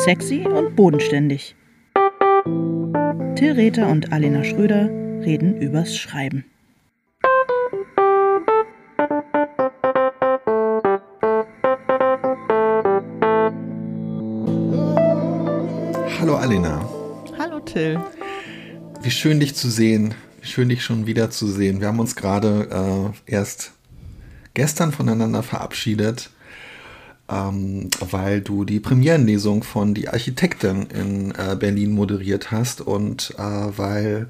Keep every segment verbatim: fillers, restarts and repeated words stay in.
Sexy und bodenständig. Till Rether und Alena Schröder reden übers Schreiben. Hallo Alena. Hallo Till. Wie schön dich zu sehen. Wie schön dich schon wieder zu sehen. Wir haben uns gerade äh, erst gestern voneinander verabschiedet, ähm, weil du die Premierenlesung von Die Architektin in äh, Berlin moderiert hast und äh, weil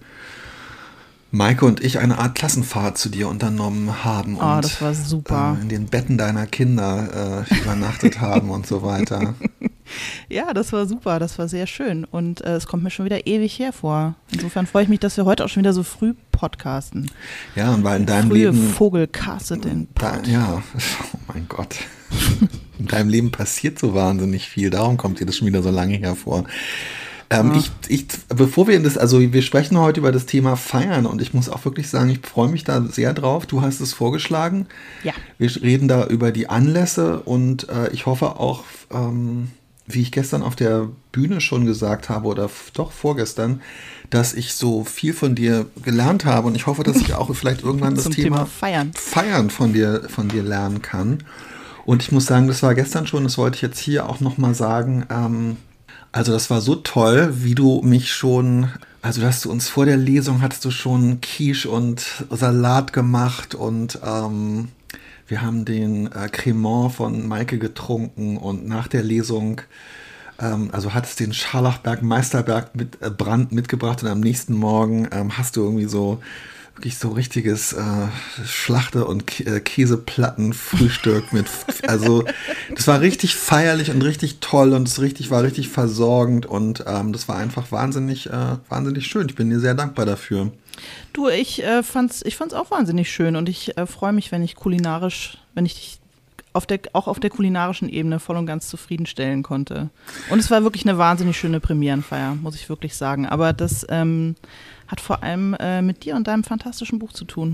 Maike und ich eine Art Klassenfahrt zu dir unternommen haben Oh, und das war super. Äh, in den Betten deiner Kinder äh, übernachtet haben und so weiter. Ja, das war super, das war sehr schön und äh, es kommt mir schon wieder ewig hervor. Insofern freue ich mich, dass wir heute auch schon wieder so früh podcasten. Ja, und weil in deinem Frühe Leben... Vogel castet den Pod. Da, ja, oh mein Gott. In deinem Leben passiert so wahnsinnig viel, darum kommt dir das schon wieder so lange hervor. Ähm, Ja. ich, ich, bevor wir in das, also wir sprechen heute über das Thema Feiern und ich muss auch wirklich sagen, ich freue mich da sehr drauf. Du hast es vorgeschlagen. Ja. Wir reden da über die Anlässe und äh, ich hoffe auch, ähm, wie ich gestern auf der Bühne schon gesagt habe oder f- doch vorgestern, dass ich so viel von dir gelernt habe und ich hoffe, dass ich auch vielleicht irgendwann das Zum Thema, Thema Feiern. Feiern von dir, von dir lernen kann. Und ich muss sagen, das war gestern schon, das wollte ich jetzt hier auch nochmal sagen, ähm, also das war so toll, wie du mich schon, also dass du uns vor der Lesung hattest du schon Quiche und Salat gemacht und ähm, wir haben den äh, Cremant von Maike getrunken und nach der Lesung, ähm, also hattest den Scharlachberg Meisterberg mit äh, Brand mitgebracht und am nächsten Morgen ähm, hast du irgendwie so wirklich so richtiges äh, Schlachte- und Kä- äh, Käseplattenfrühstück mit, also das war richtig feierlich und richtig toll und es richtig, war richtig versorgend und ähm, das war einfach wahnsinnig, äh, wahnsinnig schön. Ich bin dir sehr dankbar dafür. Du, ich äh, fand's, ich fand's auch wahnsinnig schön und ich äh, freue mich, wenn ich kulinarisch, wenn ich dich auf der, auch auf der kulinarischen Ebene voll und ganz zufriedenstellen konnte. Und es war wirklich eine wahnsinnig schöne Premierenfeier, muss ich wirklich sagen. Aber das ähm, hat vor allem äh, mit dir und deinem fantastischen Buch zu tun.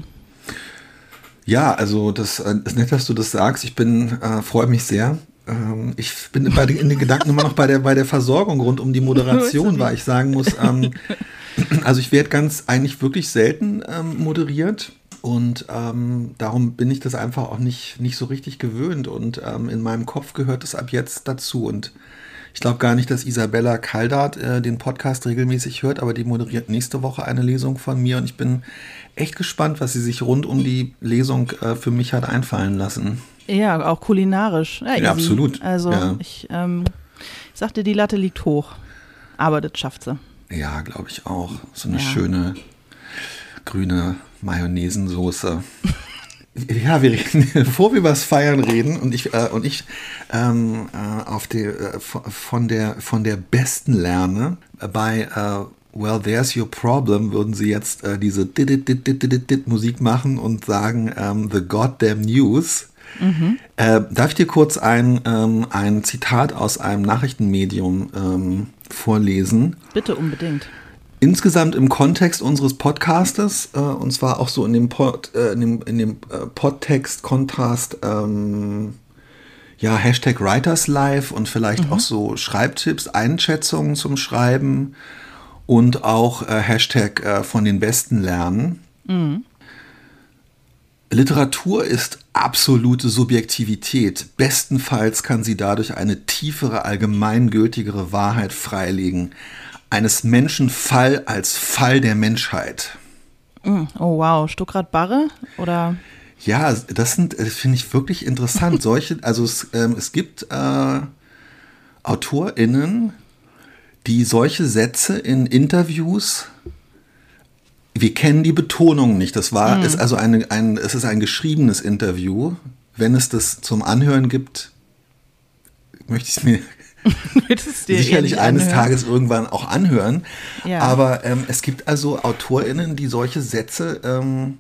Ja, also das äh, ist nett, dass du das sagst. Ich bin, äh, freue mich sehr. Ähm, ich bin bei den, in den Gedanken immer noch bei der, bei der Versorgung rund um die Moderation, weil ich sagen muss, ähm, also ich werde ganz eigentlich wirklich selten ähm, moderiert und ähm, darum bin ich das einfach auch nicht, nicht so richtig gewöhnt und ähm, in meinem Kopf gehört es ab jetzt dazu und ich glaube gar nicht, dass Isabella Kaldart äh, den Podcast regelmäßig hört, aber die moderiert nächste Woche eine Lesung von mir und ich bin echt gespannt, was sie sich rund um die Lesung äh, für mich hat einfallen lassen. Ja, auch kulinarisch. Ja, easy. Ja, absolut. Also Ja. ich, ähm, ich sagte, die Latte liegt hoch, aber das schafft sie. Ja, glaube ich auch. So eine Ja. schöne grüne Mayonnaisensoße. Ja, wir reden, bevor wir über das Feiern reden und ich, äh, und ich ähm, äh, auf die, äh, von, der, von der besten lerne, äh, bei äh, Well, There's Your Problem würden sie jetzt äh, diese Dit-Dit-Dit-Dit-Dit Musik machen und sagen ähm, The Goddamn News. Mhm. Äh, darf ich dir kurz ein, ähm, ein Zitat aus einem Nachrichtenmedium ähm, vorlesen? Bitte unbedingt. Insgesamt im Kontext unseres Podcastes, äh, und zwar auch so in dem, Pod, äh, in dem, in dem äh, Podtext, Kontrast, ähm, ja, Hashtag Writers Live und vielleicht mhm. auch so Schreibtipps, Einschätzungen zum Schreiben und auch äh, Hashtag äh, von den Besten lernen. Mhm. Literatur ist absolute Subjektivität. Bestenfalls kann sie dadurch eine tiefere, allgemeingültigere Wahrheit freilegen. Eines Menschen Fall als Fall der Menschheit. Oh wow, Stuckrad Barre oder? Ja, das sind, das finde ich wirklich interessant. Solche, also es, ähm, es gibt äh, AutorInnen, die solche Sätze in Interviews, wir kennen die Betonung nicht. Das war, mhm. ist also eine, ein, es ist ein geschriebenes Interview. Wenn es das zum Anhören gibt, möchte ich es mir sicherlich eines anhören? Tages irgendwann auch anhören. Ja. Aber ähm, es gibt also AutorInnen, die solche Sätze, ähm,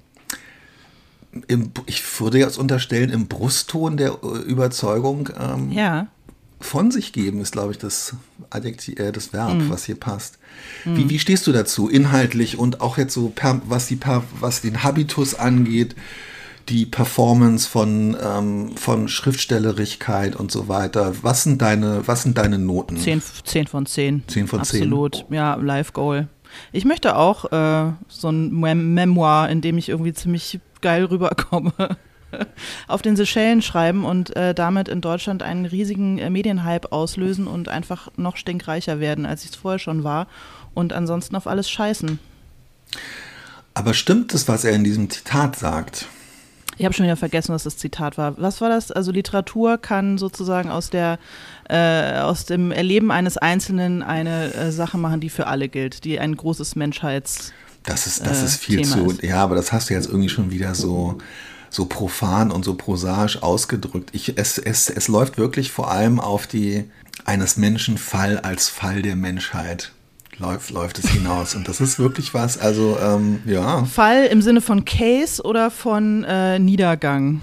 im, ich würde jetzt unterstellen, im Brustton der äh, Überzeugung ähm, ja. von sich geben, ist, glaube ich, das Adjektiv, äh, das Verb, mhm. was hier passt. Mhm. Wie, wie stehst du dazu, inhaltlich und auch jetzt so, per, was, die, per, was den Habitus angeht, die Performance von, ähm, von Schriftstellerigkeit und so weiter. Was sind deine, was sind deine Noten? Zehn, zehn von zehn. Zehn von zehn? Absolut, ja, Life Goal. Ich möchte auch äh, so ein Mem- Memoir, in dem ich irgendwie ziemlich geil rüberkomme, auf den Seychellen schreiben und äh, damit in Deutschland einen riesigen äh, Medienhype auslösen und einfach noch stinkreicher werden, als ich es vorher schon war und ansonsten auf alles scheißen. Aber stimmt es, was er in diesem Zitat sagt? Ich habe schon wieder vergessen, was das Zitat war. Was war das? Also Literatur kann sozusagen aus der äh, aus dem Erleben eines Einzelnen eine äh, Sache machen, die für alle gilt, die ein großes Menschheits Das ist, das äh, ist viel Thema zu, ist. ja, aber das hast du jetzt irgendwie schon wieder so, so profan und so prosaisch ausgedrückt. Ich, es, es, es läuft wirklich vor allem auf die eines Menschen Fall als Fall der Menschheit. Läuft, läuft es hinaus. Und das ist wirklich was, also ähm, ja. Fall im Sinne von Case oder von äh, Niedergang?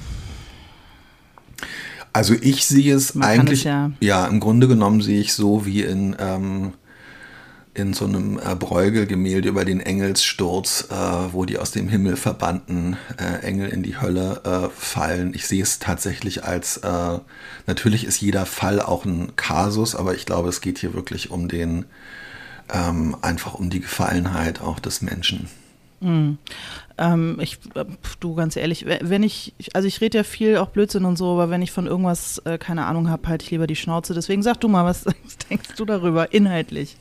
Also ich sehe es Man kann eigentlich, es ja- ja, im Grunde genommen sehe ich so wie in, ähm, in so einem äh, Bruegel-Gemälde über den Engelssturz, äh, wo die aus dem Himmel verbannten äh, Engel in die Hölle äh, fallen. Ich sehe es tatsächlich als, äh, natürlich ist jeder Fall auch ein Kasus, aber ich glaube, es geht hier wirklich um den, ähm, einfach um die Gefallenheit auch des Menschen. Mhm. Ähm, ich, äh, du, ganz ehrlich, we- wenn ich, ich- also ich rede ja viel, auch Blödsinn und so, aber wenn ich von irgendwas äh, keine Ahnung habe, halte ich lieber die Schnauze. Deswegen sag du mal, was, was denkst du darüber, inhaltlich?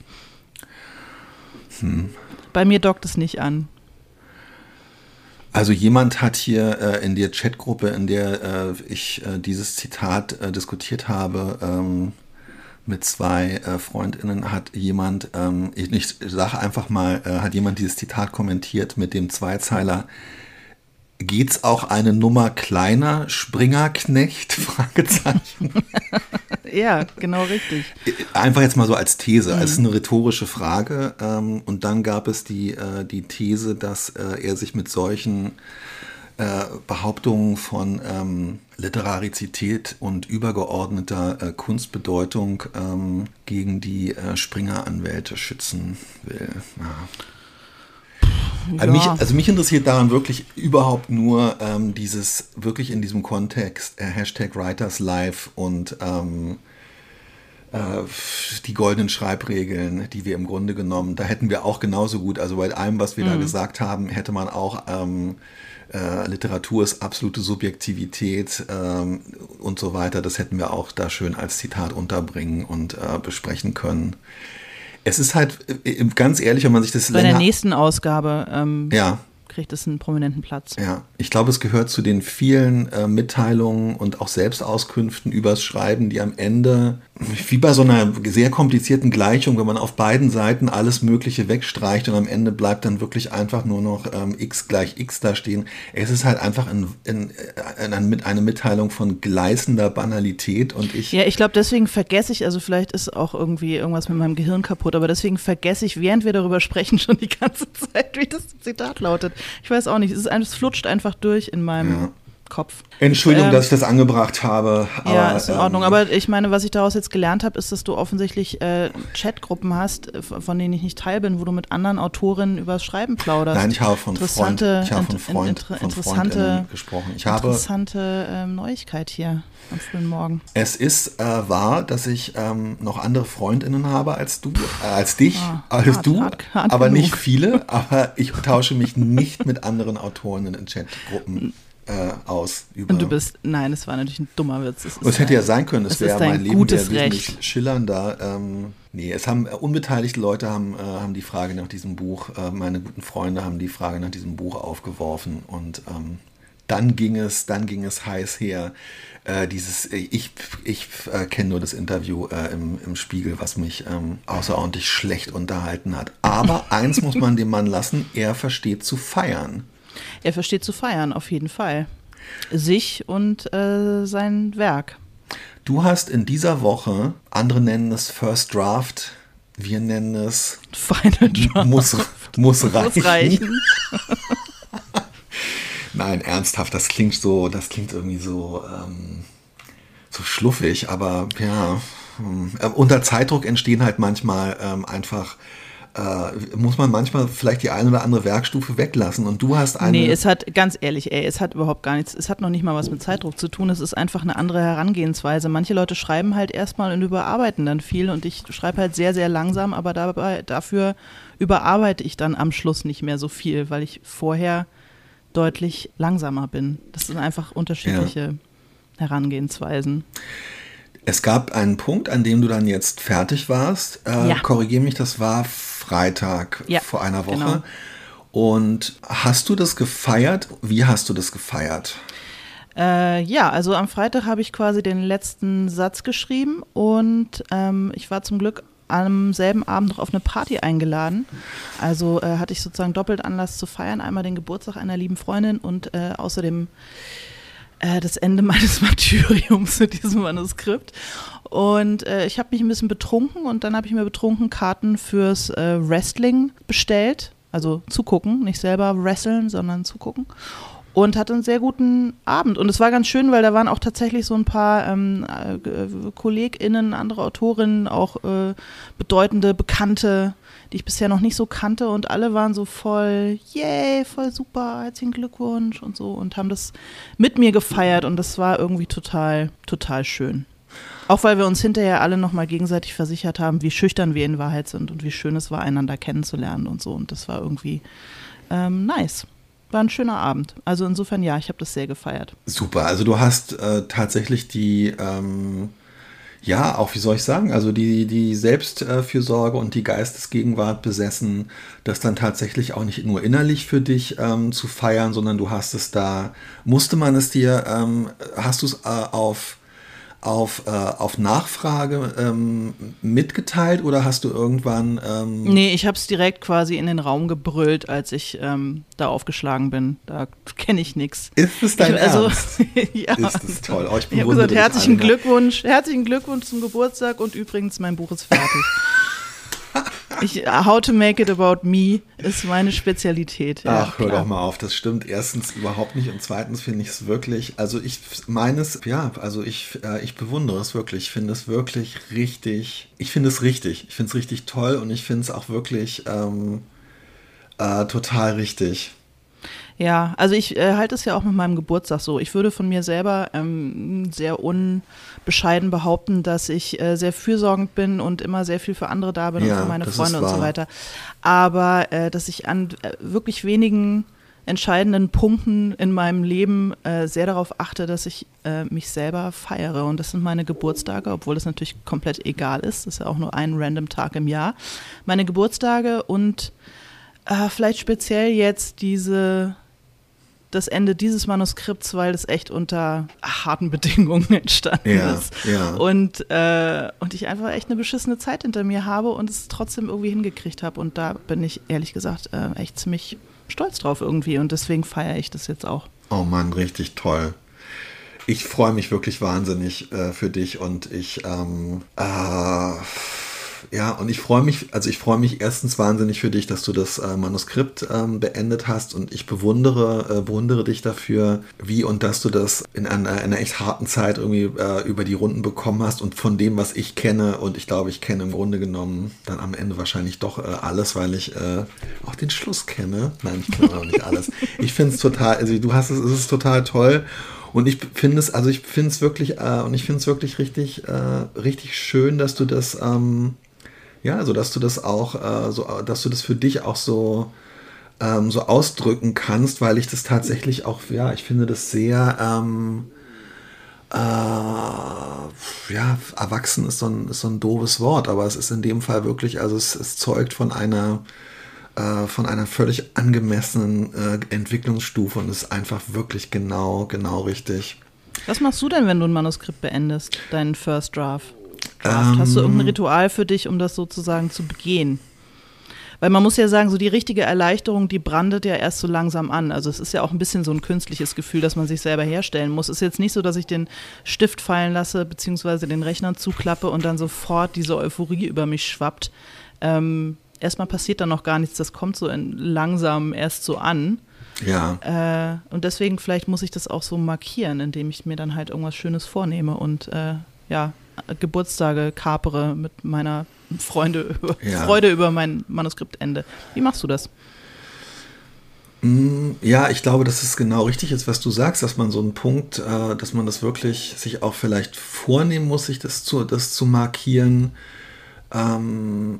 Hm. Bei mir dockt es nicht an. Also jemand hat hier äh, in der Chatgruppe, in der äh, ich äh, dieses Zitat äh, diskutiert habe, ähm, mit zwei äh, FreundInnen, hat jemand, ähm, ich, ich sage einfach mal, äh, hat jemand dieses Zitat kommentiert mit dem Zweizeiler: Geht's auch eine Nummer kleiner, Springerknecht? Fragezeichen. Ja, genau richtig. Einfach jetzt mal so als These, als eine rhetorische Frage. Ähm, und dann gab es die, äh, die These, dass äh, er sich mit solchen äh, Behauptungen von ähm, Literarizität und übergeordneter äh, Kunstbedeutung ähm, gegen die äh, Springer-Anwälte schützen will. Ja. Also, mich, also mich interessiert daran wirklich überhaupt nur ähm, dieses, wirklich in diesem Kontext, äh, Hashtag Writers Life und ähm, äh, die goldenen Schreibregeln, die wir im Grunde genommen, da hätten wir auch genauso gut, also bei allem, was wir mhm. da gesagt haben, hätte man auch ähm, äh, Literatur ist absolute Subjektivität ähm, und so weiter, das hätten wir auch da schön als Zitat unterbringen und äh, besprechen können. Es ist halt, ganz ehrlich, wenn man sich das Bei länger... der nächsten Ausgabe ähm, ja. kriegt es einen prominenten Platz. Ja, ich glaube, es gehört zu den vielen äh, Mitteilungen und auch Selbstauskünften übers Schreiben, die am Ende, wie bei so einer sehr komplizierten Gleichung, wenn man auf beiden Seiten alles Mögliche wegstreicht und am Ende bleibt dann wirklich einfach nur noch ähm, x gleich x da stehen. Es ist halt einfach in, in, in, in eine Mitteilung von gleißender Banalität und ich... Ja, ich glaube, deswegen vergesse ich, also vielleicht ist auch irgendwie irgendwas mit meinem Gehirn kaputt, aber deswegen vergesse ich, während wir darüber sprechen, schon die ganze Zeit, wie das Zitat lautet. Ich weiß auch nicht, es, ist, es flutscht einfach durch in meinem ja. Kopf. Entschuldigung, ähm, dass ich das angebracht habe. Aber, ja, ist in Ordnung. Ähm, aber ich meine, was ich daraus jetzt gelernt habe, ist, dass du offensichtlich äh, Chatgruppen hast, von denen ich nicht Teil bin, wo du mit anderen Autorinnen über das Schreiben plauderst. Nein, ich habe von Freund, ich habe von Freund, inter, von interessante, gesprochen. Ich habe interessante ähm, Neuigkeit hier am frühen Morgen. Es ist äh, wahr, dass ich ähm, noch andere Freundinnen habe als du, äh, als dich, ah, als hart, du, hart, hart aber genug. nicht viele. Aber ich tausche mich nicht mit anderen Autorinnen in Chatgruppen äh, aus. Über Und du bist, nein, es war natürlich ein dummer Witz. Es, Und es hätte ja sein können, es wäre mein Leben gutes wäre wesentlich Recht. schillernder. Ähm, nee, es haben äh, unbeteiligte Leute haben, äh, haben die Frage nach diesem Buch, äh, meine guten Freunde haben die Frage nach diesem Buch aufgeworfen und ähm, dann ging es, dann ging es heiß her. Äh, dieses, ich ich äh, kenne nur das Interview äh, im, im Spiegel, was mich ähm, außerordentlich schlecht unterhalten hat. Aber eins muss man dem Mann lassen, er versteht zu feiern. Er versteht zu feiern, auf jeden Fall. Sich und äh, sein Werk. Du hast in dieser Woche, andere nennen es First Draft, wir nennen es Final Draft. Muss, muss reichen. Muss reichen. Nein, ernsthaft, das klingt so, das klingt irgendwie so, ähm, so schluffig, aber ja, äh, unter Zeitdruck entstehen halt manchmal ähm, einfach äh, muss man manchmal vielleicht die eine oder andere Werkstufe weglassen und du hast eine... Nee, es hat, ganz ehrlich, ey, es hat überhaupt gar nichts, es hat noch nicht mal was mit Zeitdruck zu tun, es ist einfach eine andere Herangehensweise. Manche Leute schreiben halt erstmal und überarbeiten dann viel und ich schreibe halt sehr, sehr langsam, aber dabei, dafür überarbeite ich dann am Schluss nicht mehr so viel, weil ich vorher deutlich langsamer bin. Das sind einfach unterschiedliche ja. Herangehensweisen. Es gab einen Punkt, an dem du dann jetzt fertig warst. Äh, ja. Korrigier mich, das war Freitag ja, vor einer Woche. Genau. Und hast du das gefeiert? Wie hast du das gefeiert? Äh, ja, also am Freitag habe ich quasi den letzten Satz geschrieben und ähm, ich war zum Glück am selben Abend noch auf eine Party eingeladen. Also äh, hatte ich sozusagen doppelt Anlass zu feiern. Einmal den Geburtstag einer lieben Freundin und äh, außerdem das Ende meines Martyriums mit diesem Manuskript. Und äh, ich habe mich ein bisschen betrunken und dann habe ich mir betrunken Karten fürs äh, Wrestling bestellt. Also zugucken, nicht selber wresteln, sondern zugucken. Und hatte einen sehr guten Abend. Und es war ganz schön, weil da waren auch tatsächlich so ein paar ähm, äh, KollegInnen, andere Autorinnen, auch äh, bedeutende, bekannte, die ich bisher noch nicht so kannte. Und alle waren so voll, yay, voll super, herzlichen Glückwunsch und so. Und haben das mit mir gefeiert. Und das war irgendwie total, total schön. Auch weil wir uns hinterher alle nochmal gegenseitig versichert haben, wie schüchtern wir in Wahrheit sind und wie schön es war, einander kennenzulernen und so. Und das war irgendwie ähm, nice. War ein schöner Abend. Also insofern ja, ich habe das sehr gefeiert. Super, also du hast äh, tatsächlich die, ähm, ja, auch wie soll ich sagen, also die, die Selbstfürsorge und die Geistesgegenwart besessen, das dann tatsächlich auch nicht nur innerlich für dich ähm, zu feiern, sondern du hast es da, musste man es dir, ähm, hast du es äh, auf... Auf, äh, auf Nachfrage ähm, mitgeteilt oder hast du irgendwann... Ähm nee, ich habe es direkt quasi in den Raum gebrüllt, als ich ähm, da aufgeschlagen bin. Da kenne ich nichts. Ist es dein ich, also, Ernst? ja. Ist es toll. Oh, ich ich habe gesagt, herzlichen Glückwunsch, herzlichen Glückwunsch zum Geburtstag und übrigens, mein Buch ist fertig. Ich, How to make it about me ist meine Spezialität. Ja, Ach, hör klar. doch mal auf. Das stimmt erstens überhaupt nicht und zweitens finde ich es wirklich, also ich meines, ja, also ich, äh, ich bewundere es wirklich. Ich finde es wirklich richtig, ich finde es richtig. Ich finde es richtig toll und ich finde es auch wirklich ähm, äh, total richtig. Ja, also ich äh, halte es ja auch mit meinem Geburtstag so. Ich würde von mir selber ähm, sehr unbescheiden behaupten, dass ich äh, sehr fürsorgend bin und immer sehr viel für andere da bin ja, und für meine das Freunde ist und so wahr. weiter. Aber äh, dass ich an äh, wirklich wenigen entscheidenden Punkten in meinem Leben äh, sehr darauf achte, dass ich äh, mich selber feiere. Und das sind meine Geburtstage, obwohl das natürlich komplett egal ist. Das ist ja auch nur ein random Tag im Jahr. Meine Geburtstage und äh, vielleicht speziell jetzt diese... das Ende dieses Manuskripts, weil es echt unter harten Bedingungen entstanden ja, ist. Ja. Und, äh, und ich einfach echt eine beschissene Zeit hinter mir habe und es trotzdem irgendwie hingekriegt habe. Und da bin ich ehrlich gesagt äh, echt ziemlich stolz drauf irgendwie. Und deswegen feiere ich das jetzt auch. Oh Mann, richtig toll. Ich freue mich wirklich wahnsinnig äh, für dich und ich ähm, äh, ja, und ich freue mich, also ich freue mich erstens wahnsinnig für dich, dass du das äh, Manuskript ähm, beendet hast und ich bewundere, äh, bewundere dich dafür, wie und dass du das in einer, einer echt harten Zeit irgendwie äh, über die Runden bekommen hast und von dem, was ich kenne und ich glaube, ich kenne im Grunde genommen dann am Ende wahrscheinlich doch äh, alles, weil ich äh, auch den Schluss kenne. Nein, ich kenne auch nicht alles. Ich finde es total, also du hast es, es ist total toll. Und ich finde es, also ich finde es wirklich, äh, und ich finde es wirklich richtig, äh, richtig schön, dass du das, ähm, ja, also dass du das auch, äh, so, dass du das für dich auch so, ähm, so ausdrücken kannst, weil ich das tatsächlich auch, ja, ich finde das sehr, ähm, äh, ja, erwachsen ist so ein, ist so ein doofes Wort, aber es ist in dem Fall wirklich, also es, es zeugt von einer, äh, von einer völlig angemessenen äh, Entwicklungsstufe und ist einfach wirklich genau, genau richtig. Was machst du denn, wenn du ein Manuskript beendest, deinen First Draft? Draft? Hast du irgendein Ritual für dich, um das sozusagen zu begehen? Weil man muss ja sagen, so die richtige Erleichterung, die brandet ja erst so langsam an. Also es ist ja auch ein bisschen so ein künstliches Gefühl, das man sich selber herstellen muss. Es ist jetzt nicht so, dass ich den Stift fallen lasse, beziehungsweise den Rechner zuklappe und dann sofort diese Euphorie über mich schwappt. Ähm, erstmal passiert dann noch gar nichts, das kommt so in, langsam erst so an. Ja. Äh, und deswegen vielleicht muss ich das auch so markieren, indem ich mir dann halt irgendwas Schönes vornehme und äh, ja, Geburtstage kapere mit meiner Freunde über, Ja. Freude über mein Manuskriptende. Wie machst du das? Ja, ich glaube, dass es genau richtig ist, was du sagst, dass man so einen Punkt, äh, dass man das wirklich sich auch vielleicht vornehmen muss, sich das zu, das zu markieren. Ähm,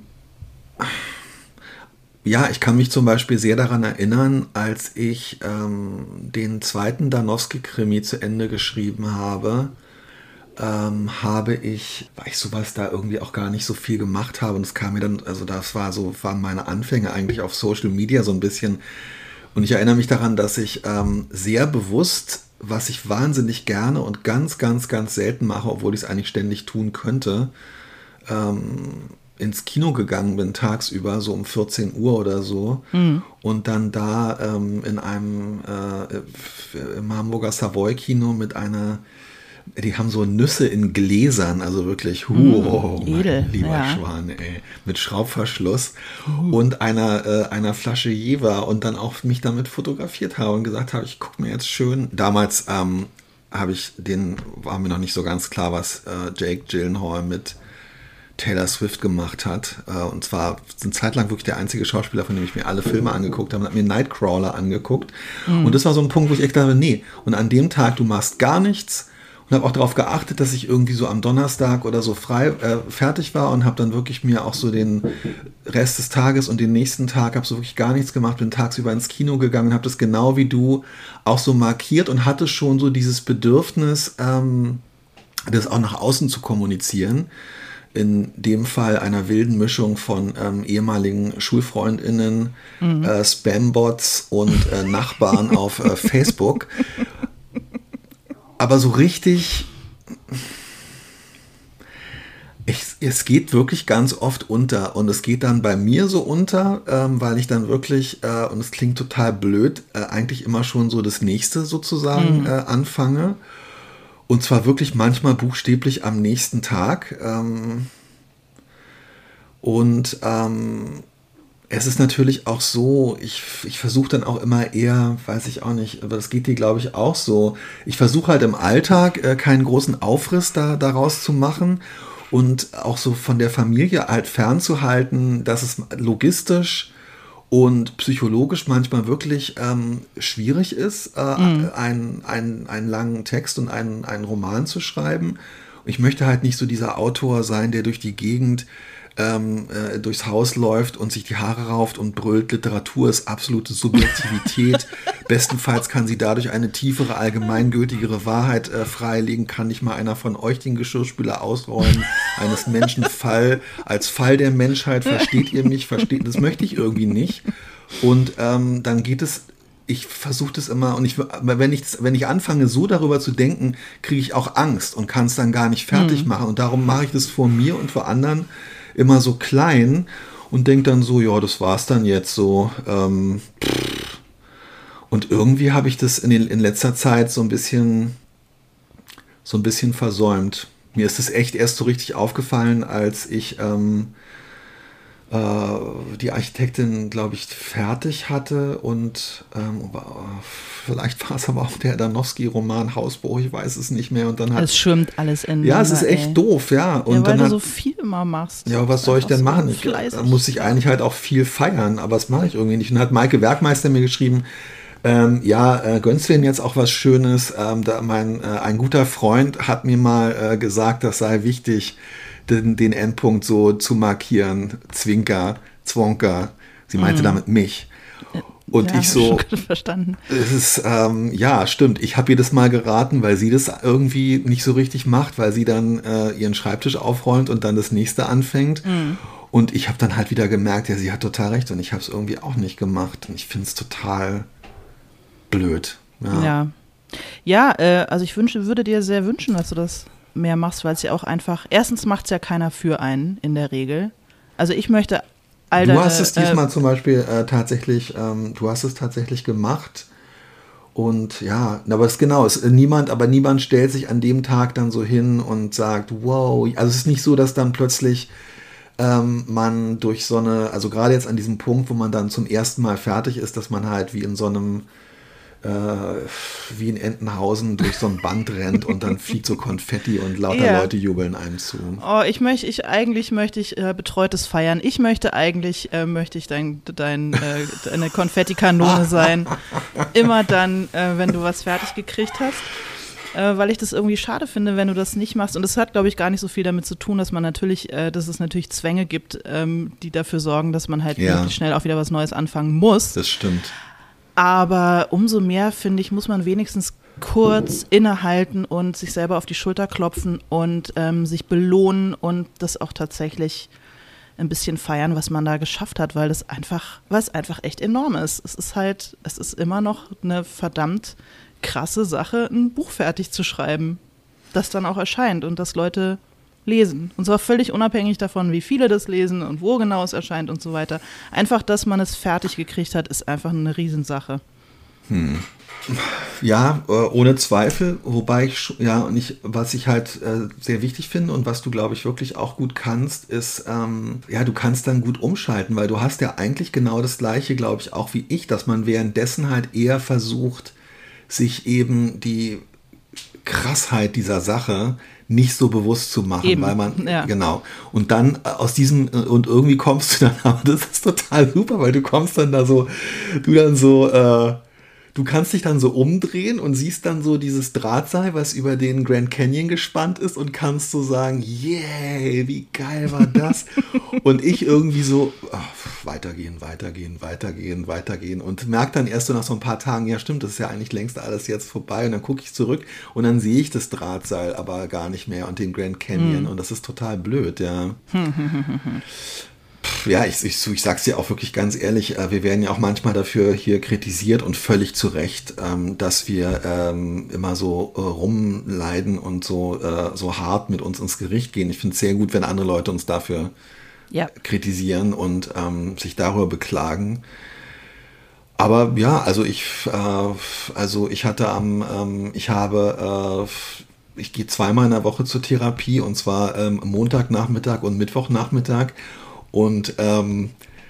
ja, ich kann mich zum Beispiel sehr daran erinnern, als ich ähm, den zweiten Danowski-Krimi zu Ende geschrieben habe, ähm, habe ich, weil ich sowas da irgendwie auch gar nicht so viel gemacht habe, und es kam mir dann, also das war so, waren meine Anfänge eigentlich auf Social Media so ein bisschen. Und ich erinnere mich daran, dass ich ähm, sehr bewusst, was ich wahnsinnig gerne und ganz, ganz, ganz selten mache, obwohl ich es eigentlich ständig tun könnte, ähm, ins Kino gegangen bin tagsüber, so um vierzehn Uhr oder so. Mhm. Und dann da ähm, in einem äh, im Hamburger Savoy-Kino mit einer, die haben so Nüsse in Gläsern, also wirklich, wow, mm, edel, mein lieber ja. Schwan, ey, mit Schraubverschluss uh. und einer, äh, einer Flasche Jever, und dann auch mich damit fotografiert habe und gesagt habe, ich gucke mir jetzt schön, damals ähm, habe ich den, war mir noch nicht so ganz klar, was äh, Jake Gyllenhaal mit Taylor Swift gemacht hat, äh, und zwar eine Zeit lang wirklich der einzige Schauspieler, von dem ich mir alle Filme angeguckt habe, und habe mir Nightcrawler angeguckt, mm. und das war so ein Punkt, wo ich echt dachte, nee, und an dem Tag, du machst gar nichts. Und habe auch darauf geachtet, dass ich irgendwie so am Donnerstag oder so frei äh, fertig war, und habe dann wirklich mir auch so den Rest des Tages und den nächsten Tag, habe so wirklich gar nichts gemacht, bin tagsüber ins Kino gegangen, habe das genau wie du auch so markiert und hatte schon so dieses Bedürfnis, ähm, das auch nach außen zu kommunizieren. In dem Fall einer wilden Mischung von ähm, ehemaligen SchulfreundInnen, mhm. äh, Spambots und äh, Nachbarn auf äh, Facebook. Aber so richtig, ich, es geht wirklich ganz oft unter, und es geht dann bei mir so unter, ähm, weil ich dann wirklich, äh, und es klingt total blöd, äh, eigentlich immer schon so das Nächste sozusagen mhm. äh, anfange, und zwar wirklich manchmal buchstäblich am nächsten Tag, ähm, und ähm, es ist natürlich auch so, ich, ich versuche dann auch immer eher, weiß ich auch nicht, aber das geht dir, glaube ich, auch so. Ich versuche halt im Alltag äh, keinen großen Aufriss da, daraus zu machen und auch so von der Familie halt fernzuhalten, dass es logistisch und psychologisch manchmal wirklich ähm, schwierig ist, äh, mhm. einen, einen, einen langen Text und einen, einen Roman zu schreiben. Ich möchte halt nicht so dieser Autor sein, der durch die Gegend Ähm, äh, durchs Haus läuft und sich die Haare rauft und brüllt, Literatur ist absolute Subjektivität. Bestenfalls kann sie dadurch eine tiefere, allgemeingültigere Wahrheit äh, freilegen. Kann nicht mal einer von euch den Geschirrspüler ausräumen? Eines Menschen Fall als Fall der Menschheit. Versteht ihr mich? Versteht, das möchte ich irgendwie nicht. Und ähm, dann geht es, ich versuche das immer, und ich, wenn ich, wenn ich anfange, so darüber zu denken, kriege ich auch Angst und kann es dann gar nicht fertig mhm. machen. Und darum mache ich das vor mir und vor anderen immer so klein und denke dann so, ja, das war's dann jetzt so. Ähm, und irgendwie habe ich das in, den, in letzter Zeit so ein bisschen so ein bisschen versäumt. Mir ist es echt erst so richtig aufgefallen, als ich ähm, äh, die Architektin, glaube ich, fertig hatte, und ähm, vielleicht war es aber auch der Danowski-Roman Hausbruch, ich weiß es nicht mehr. Und dann hat, es schwimmt alles in. Ja, es ist echt ey. doof, ja. Und ja, weil dann du hat, so viel immer machst. Ja, was soll ich denn so machen? Ich, da muss ich eigentlich halt auch viel feiern, aber das mache ich irgendwie nicht. Und dann hat Maike Werkmeister mir geschrieben, ähm, ja, äh, gönnst du denn jetzt auch was Schönes? Ähm, da mein, äh, ein guter Freund hat mir mal äh, gesagt, das sei wichtig, den, den Endpunkt so zu markieren. Zwinker, Zwonker. Sie meinte mm. damit mich. Und ja, ich so, schon verstanden. Es ist, ähm, ja, stimmt. Ich habe ihr das mal geraten, weil sie das irgendwie nicht so richtig macht, weil sie dann äh, ihren Schreibtisch aufräumt und dann das nächste anfängt. Mm. Und ich habe dann halt wieder gemerkt, ja, sie hat total recht, und ich habe es irgendwie auch nicht gemacht. Und ich finde es total blöd. Ja, ja, ja äh, also ich wünsche, würde dir sehr wünschen, dass du das mehr machst, weil es ja auch einfach, erstens macht es ja keiner für einen in der Regel. Also ich möchte all Du deine, hast es diesmal äh, zum Beispiel äh, tatsächlich, ähm, du hast es tatsächlich gemacht. Und ja, aber es ist genau, es, niemand, aber niemand stellt sich an dem Tag dann so hin und sagt, wow, also es ist nicht so, dass dann plötzlich ähm, man durch so eine, also gerade jetzt an diesem Punkt, wo man dann zum ersten Mal fertig ist, dass man halt wie in so einem äh, wie in Entenhausen durch so ein Band rennt und dann fliegt so Konfetti und lauter Ja. Leute jubeln einem zu. Oh, ich möchte, ich eigentlich möchte ich äh, betreutes Feiern. Ich möchte eigentlich, äh, möchte ich dein, dein, äh, deine Konfettikanone sein. Immer dann, äh, wenn du was fertig gekriegt hast. Äh, weil ich das irgendwie schade finde, wenn du das nicht machst. Und das hat, glaube ich, gar nicht so viel damit zu tun, dass man natürlich, äh, dass es natürlich Zwänge gibt, ähm, die dafür sorgen, dass man halt Ja. möglichst schnell auch wieder was Neues anfangen muss. Das stimmt. Aber umso mehr, finde ich, muss man wenigstens kurz innehalten und sich selber auf die Schulter klopfen und ähm, sich belohnen und das auch tatsächlich ein bisschen feiern, was man da geschafft hat, weil das einfach, weil es einfach echt enorm ist. Es ist halt, es ist immer noch eine verdammt krasse Sache, ein Buch fertig zu schreiben, das dann auch erscheint und das Leute lesen. Und zwar völlig unabhängig davon, wie viele das lesen und wo genau es erscheint und so weiter. Einfach, dass man es fertig gekriegt hat, ist einfach eine Riesensache. Hm. Ja, äh, ohne Zweifel, wobei ich, sch- ja, und ich, was ich halt äh, sehr wichtig finde und was du, glaube ich, wirklich auch gut kannst, ist, ähm, ja, du kannst dann gut umschalten, weil du hast ja eigentlich genau das Gleiche, glaube ich, auch wie ich, dass man währenddessen halt eher versucht, sich eben die Krassheit dieser Sache nicht so bewusst zu machen, Eben, weil man, ja. genau, und dann äh, aus diesem, äh, und irgendwie kommst du dann, aber das ist total super, weil du kommst dann da so, du dann so, äh, du kannst dich dann so umdrehen und siehst dann so dieses Drahtseil, was über den Grand Canyon gespannt ist und kannst so sagen, yay, wie geil war das? Und ich irgendwie so, ach, weitergehen, weitergehen, weitergehen, weitergehen und merke dann erst so nach so ein paar Tagen, ja stimmt, das ist ja eigentlich längst alles jetzt vorbei und dann gucke ich zurück und dann sehe ich das Drahtseil aber gar nicht mehr und den Grand Canyon und das ist total blöd, ja. Ja, ich, ich, ich sag's dir auch wirklich ganz ehrlich, äh, wir werden ja auch manchmal dafür hier kritisiert und völlig zu Recht, ähm, dass wir ähm, immer so äh, rumleiden und so, äh, so hart mit uns ins Gericht gehen. Ich finde es sehr gut, wenn andere Leute uns dafür Ja. kritisieren und ähm, sich darüber beklagen. Aber ja, also ich, äh, also ich hatte am, ähm, ich habe, äh, ich gehe zweimal in der Woche zur Therapie und zwar ähm, Montagnachmittag und Mittwochnachmittag. Und ähm,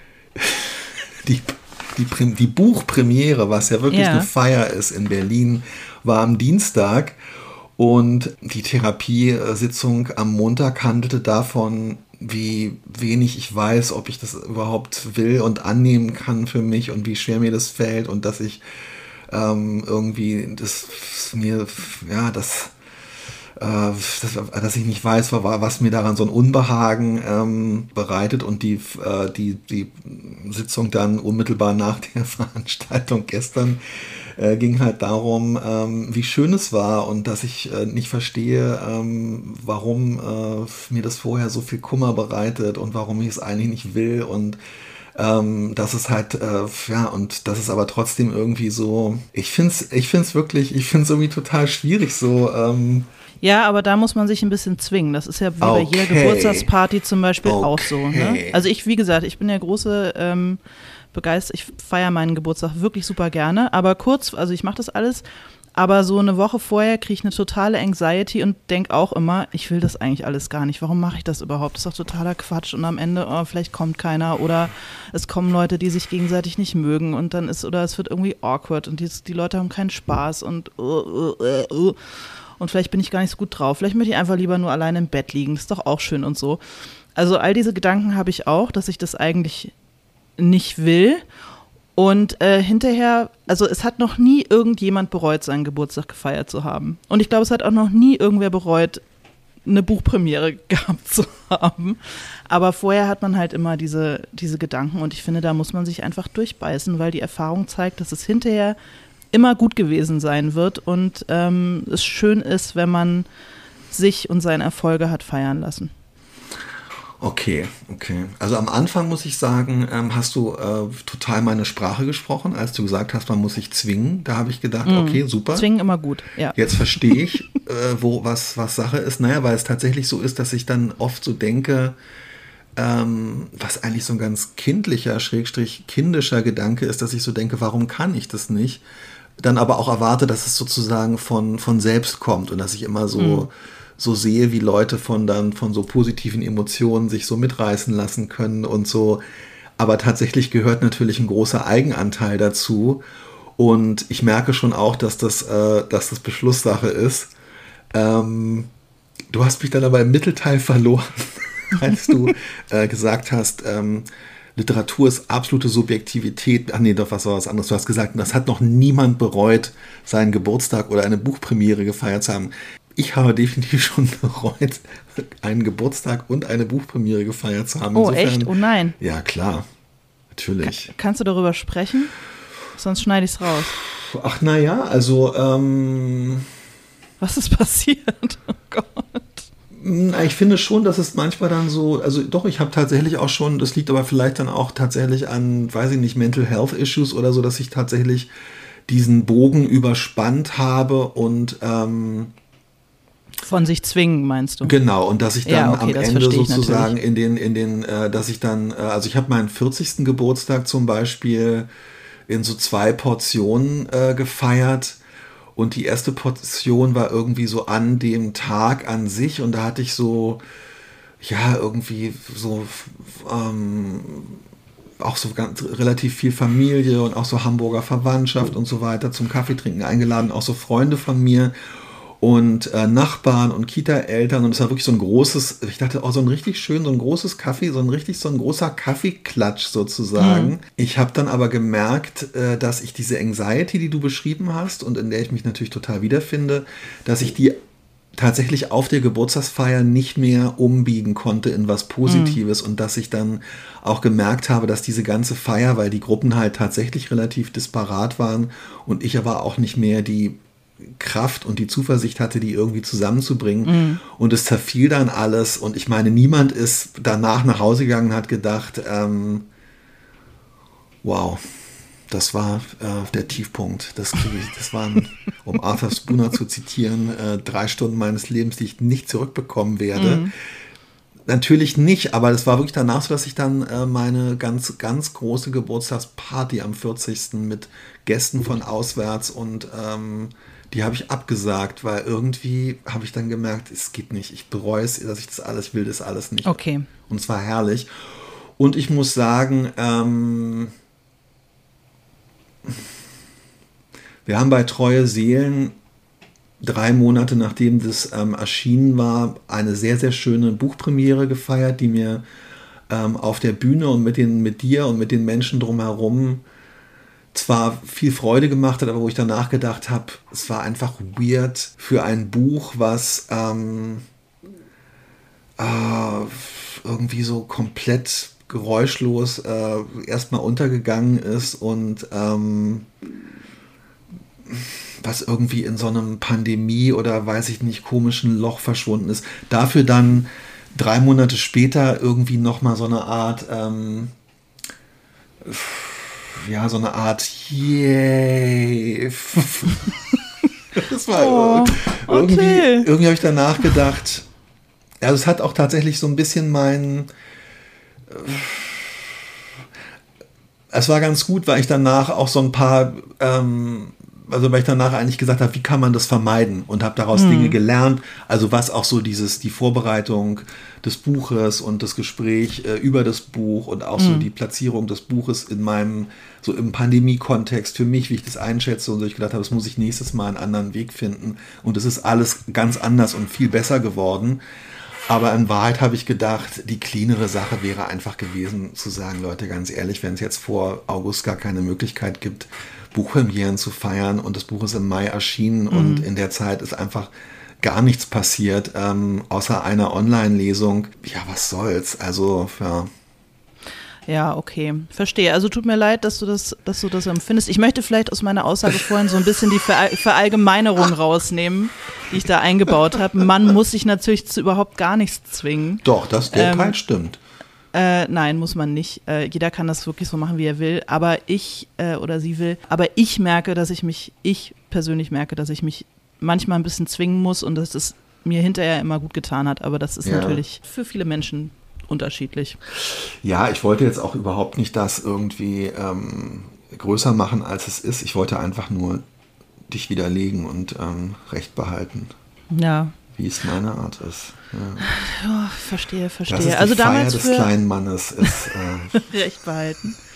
die, die, Prim- die Buchpremiere, was ja wirklich Ja. eine Feier ist in Berlin, war am Dienstag. Und die Therapiesitzung am Montag handelte davon, wie wenig ich weiß, ob ich das überhaupt will und annehmen kann für mich und wie schwer mir das fällt und dass ich ähm, irgendwie das mir, ja, das Das, dass ich nicht weiß, was mir daran so ein Unbehagen ähm, bereitet und die, äh, die, die Sitzung dann unmittelbar nach der Veranstaltung gestern äh, ging halt darum, ähm, wie schön es war und dass ich äh, nicht verstehe, ähm, warum äh, mir das vorher so viel Kummer bereitet und warum ich es eigentlich nicht will und Ähm, das ist halt, äh, ja, und das ist aber trotzdem irgendwie so, ich finde es ich find's wirklich, ich finde es irgendwie total schwierig so, ähm, Ja, aber da muss man sich ein bisschen zwingen. Das ist ja wie bei jeder Okay. Geburtstagsparty zum Beispiel Okay. auch so. Ne? Also ich, wie gesagt, ich bin ja große ähm, begeistert, ich feiere meinen Geburtstag wirklich super gerne, aber kurz, also ich mache das alles, aber so eine Woche vorher kriege ich eine totale Anxiety und denke auch immer, ich will das eigentlich alles gar nicht. Warum mache ich das überhaupt? Das ist doch totaler Quatsch und am Ende, oh, vielleicht kommt keiner oder es kommen Leute, die sich gegenseitig nicht mögen und dann ist, oder es wird irgendwie awkward und die, die Leute haben keinen Spaß und uh, uh, uh, uh. Und vielleicht bin ich gar nicht so gut drauf. Vielleicht möchte ich einfach lieber nur alleine im Bett liegen. Das ist doch auch schön und so. Also all diese Gedanken habe ich auch, dass ich das eigentlich nicht will. Und äh, hinterher, also es hat noch nie irgendjemand bereut, seinen Geburtstag gefeiert zu haben. Und ich glaube, es hat auch noch nie irgendwer bereut, eine Buchpremiere gehabt zu haben. Aber vorher hat man halt immer diese, diese Gedanken. Und ich finde, da muss man sich einfach durchbeißen, weil die Erfahrung zeigt, dass es hinterher immer gut gewesen sein wird und ähm, es schön ist, wenn man sich und seine Erfolge hat feiern lassen. Okay, okay. Also am Anfang muss ich sagen, ähm, hast du äh, total meine Sprache gesprochen, als du gesagt hast, man muss sich zwingen. Da habe ich gedacht, Mhm. okay, super. Zwingen immer gut, ja. Jetzt verstehe ich, äh, wo was, was Sache ist. Naja, weil es tatsächlich so ist, dass ich dann oft so denke, ähm, was eigentlich so ein ganz kindlicher, schrägstrich kindischer Gedanke ist, dass ich so denke, warum kann ich das nicht? Dann aber auch erwarte, dass es sozusagen von, von selbst kommt und dass ich immer so, mhm. so sehe, wie Leute von dann von so positiven Emotionen sich so mitreißen lassen können und so. Aber tatsächlich gehört natürlich ein großer Eigenanteil dazu. Und ich merke schon auch, dass das, äh, dass das Beschlusssache ist. Ähm, du hast mich dann aber im Mittelteil verloren, als du äh, gesagt hast, ähm, Literatur ist absolute Subjektivität. Ach nee, doch, was war was anderes. Du hast gesagt, das hat noch niemand bereut, seinen Geburtstag oder eine Buchpremiere gefeiert zu haben. Ich habe definitiv schon bereut, einen Geburtstag und eine Buchpremiere gefeiert zu haben. Oh, Insofern, echt? Oh nein. Ja, klar. Natürlich. Kann, kannst du darüber sprechen? Sonst schneide ich es raus. Ach, naja, also, ähm... Was ist passiert? Oh Gott. Ich finde schon, dass es manchmal dann so, also doch, ich habe tatsächlich auch schon, das liegt aber vielleicht dann auch tatsächlich an, weiß ich nicht, Mental Health Issues oder so, dass ich tatsächlich diesen Bogen überspannt habe und ähm, von sich zwingen, meinst du? Genau, und dass ich dann ja, okay, am Ende sozusagen natürlich. in den, in den, äh, dass ich dann, äh, also ich habe meinen vierzigsten Geburtstag zum Beispiel in so zwei Portionen äh, gefeiert. Und die erste Portion war irgendwie so an dem Tag an sich und da hatte ich so, ja, irgendwie so, ähm, auch so ganz, relativ viel Familie und auch so Hamburger Verwandtschaft und so weiter zum Kaffeetrinken eingeladen, auch so Freunde von mir und äh, Nachbarn und Kita-Eltern und es war wirklich so ein großes, ich dachte, oh, so ein richtig schön, so ein großes Kaffee, so ein richtig, so ein großer Kaffeeklatsch sozusagen. Mhm. Ich habe dann aber gemerkt, äh, dass ich diese Anxiety, die du beschrieben hast und in der ich mich natürlich total wiederfinde, dass ich die tatsächlich auf der Geburtstagsfeier nicht mehr umbiegen konnte in was Positives mhm. und dass ich dann auch gemerkt habe, dass diese ganze Feier, weil die Gruppen halt tatsächlich relativ disparat waren und ich aber auch nicht mehr die Kraft und die Zuversicht hatte, die irgendwie zusammenzubringen. Mm. Und es zerfiel dann alles. Und ich meine, niemand ist danach nach Hause gegangen und hat gedacht, ähm, wow, das war äh, der Tiefpunkt. Das, das waren, um Arthur Spooner zu zitieren, äh, drei Stunden meines Lebens, die ich nicht zurückbekommen werde. Mm. Natürlich nicht, aber es war wirklich danach so, dass ich dann äh, meine ganz, ganz große Geburtstagsparty am vierzigsten mit Gästen von auswärts und ähm, die habe ich abgesagt, weil irgendwie habe ich dann gemerkt, es geht nicht. Ich bereue es, dass ich das alles will, das alles nicht. Okay. Und es war herrlich. Und ich muss sagen, ähm, wir haben bei Treue Seelen drei Monate nachdem das ähm, erschienen war, eine sehr, sehr schöne Buchpremiere gefeiert, die mir ähm, auf der Bühne und mit, den, mit dir und mit den Menschen drumherum zwar viel Freude gemacht hat, aber wo ich danach gedacht habe, es war einfach weird für ein Buch, was ähm, äh, irgendwie so komplett geräuschlos äh, erstmal untergegangen ist und ähm, was irgendwie in so einem Pandemie oder weiß ich nicht, komischen Loch verschwunden ist. Dafür dann drei Monate später irgendwie nochmal so eine Art ähm, ja, so eine Art Yay. Das war oh, irgendwie, okay. irgendwie habe ich danach gedacht, also es hat auch tatsächlich so ein bisschen mein es war ganz gut, weil ich danach auch so ein paar ähm, also weil ich danach eigentlich gesagt habe, wie kann man das vermeiden und habe daraus hm. Dinge gelernt, also was auch so dieses, die Vorbereitung des Buches und das Gespräch äh, über das Buch und auch hm. so die Platzierung des Buches in meinem, so im Pandemie-Kontext für mich, wie ich das einschätze und so ich gedacht habe, das muss ich nächstes Mal einen anderen Weg finden und es ist alles ganz anders und viel besser geworden. Aber in Wahrheit habe ich gedacht, die cleanere Sache wäre einfach gewesen, zu sagen, Leute, ganz ehrlich, wenn es jetzt vor August gar keine Möglichkeit gibt, Buchpremieren zu feiern und das Buch ist im Mai erschienen mhm. und in der Zeit ist einfach gar nichts passiert, ähm, außer einer Online-Lesung. Ja, was soll's? Also, ja. Ja, okay. Verstehe. Also tut mir leid, dass du das, dass du das empfindest. Ich möchte vielleicht aus meiner Aussage vorhin so ein bisschen die Ver- Verallgemeinerung rausnehmen, die ich da eingebaut habe. Man muss sich natürlich zu überhaupt gar nichts zwingen. Doch, das der ähm, Teil stimmt. Äh, nein, muss man nicht. Äh, jeder kann das wirklich so machen, wie er will. Aber ich äh, oder sie will. Aber ich merke, dass ich mich, ich persönlich merke, dass ich mich manchmal ein bisschen zwingen muss und dass es mir hinterher immer gut getan hat. Aber das ist ja. natürlich für viele Menschen unterschiedlich. Ja, ich wollte jetzt auch überhaupt nicht das irgendwie ähm, größer machen, als es ist. Ich wollte einfach nur dich widerlegen und ähm, Recht behalten. Ja. Wie es meine Art ist. Ja. Oh, verstehe, verstehe. Das ist die also Feier damals des für kleinen Mannes ist. Äh, Recht behalten.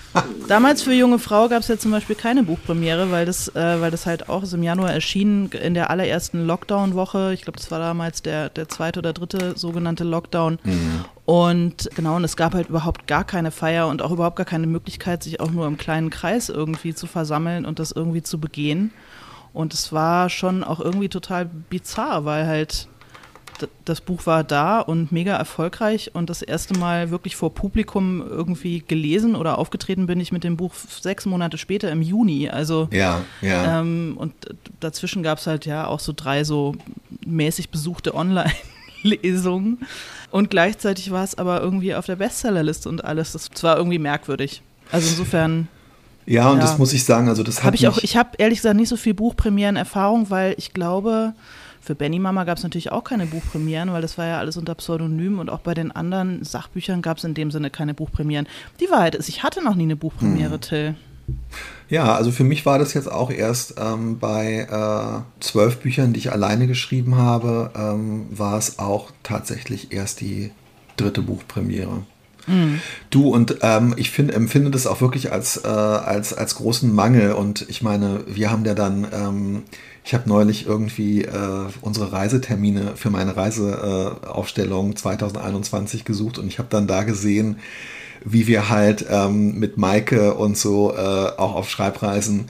Damals für junge Frau gab es ja zum Beispiel keine Buchpremiere, weil das, äh, weil das halt auch im Januar erschien, in der allerersten Lockdown-Woche. Ich glaube, das war damals der, der zweite oder dritte sogenannte Lockdown. Mhm. Und genau, und es gab halt überhaupt gar keine Feier und auch überhaupt gar keine Möglichkeit, sich auch nur im kleinen Kreis irgendwie zu versammeln und das irgendwie zu begehen. Und es war schon auch irgendwie total bizarr, weil halt das Buch war da und mega erfolgreich und das erste Mal wirklich vor Publikum irgendwie gelesen oder aufgetreten bin ich mit dem Buch sechs Monate später im Juni. Also ja, ja. Ähm, und dazwischen gab es halt ja auch so drei so mäßig besuchte Online-Lesungen und gleichzeitig war es aber irgendwie auf der Bestsellerliste und alles. Das war irgendwie merkwürdig. Also insofern. Ja, und ja, das muss ich sagen, also das hat hab ich auch. Ich habe ehrlich gesagt nicht so viel Buchpremieren-Erfahrung, weil ich glaube, für Benny Mama gab es natürlich auch keine Buchpremieren, weil das war ja alles unter Pseudonym und auch bei den anderen Sachbüchern gab es in dem Sinne keine Buchpremieren. Die Wahrheit ist, ich hatte noch nie eine Buchpremiere, hm. Till. Ja, also für mich war das jetzt auch erst ähm, bei äh, zwölf Büchern, die ich alleine geschrieben habe, ähm, war es auch tatsächlich erst die dritte Buchpremiere. Mhm. Du, und ähm, ich find, empfinde das auch wirklich als, äh, als, als großen Mangel und ich meine, wir haben ja dann, ähm, ich habe neulich irgendwie äh, unsere Reisetermine für meine Reiseaufstellung äh, zwanzig einundzwanzig gesucht und ich habe dann da gesehen, wie wir halt ähm, mit Maike und so äh, auch auf Schreibreisen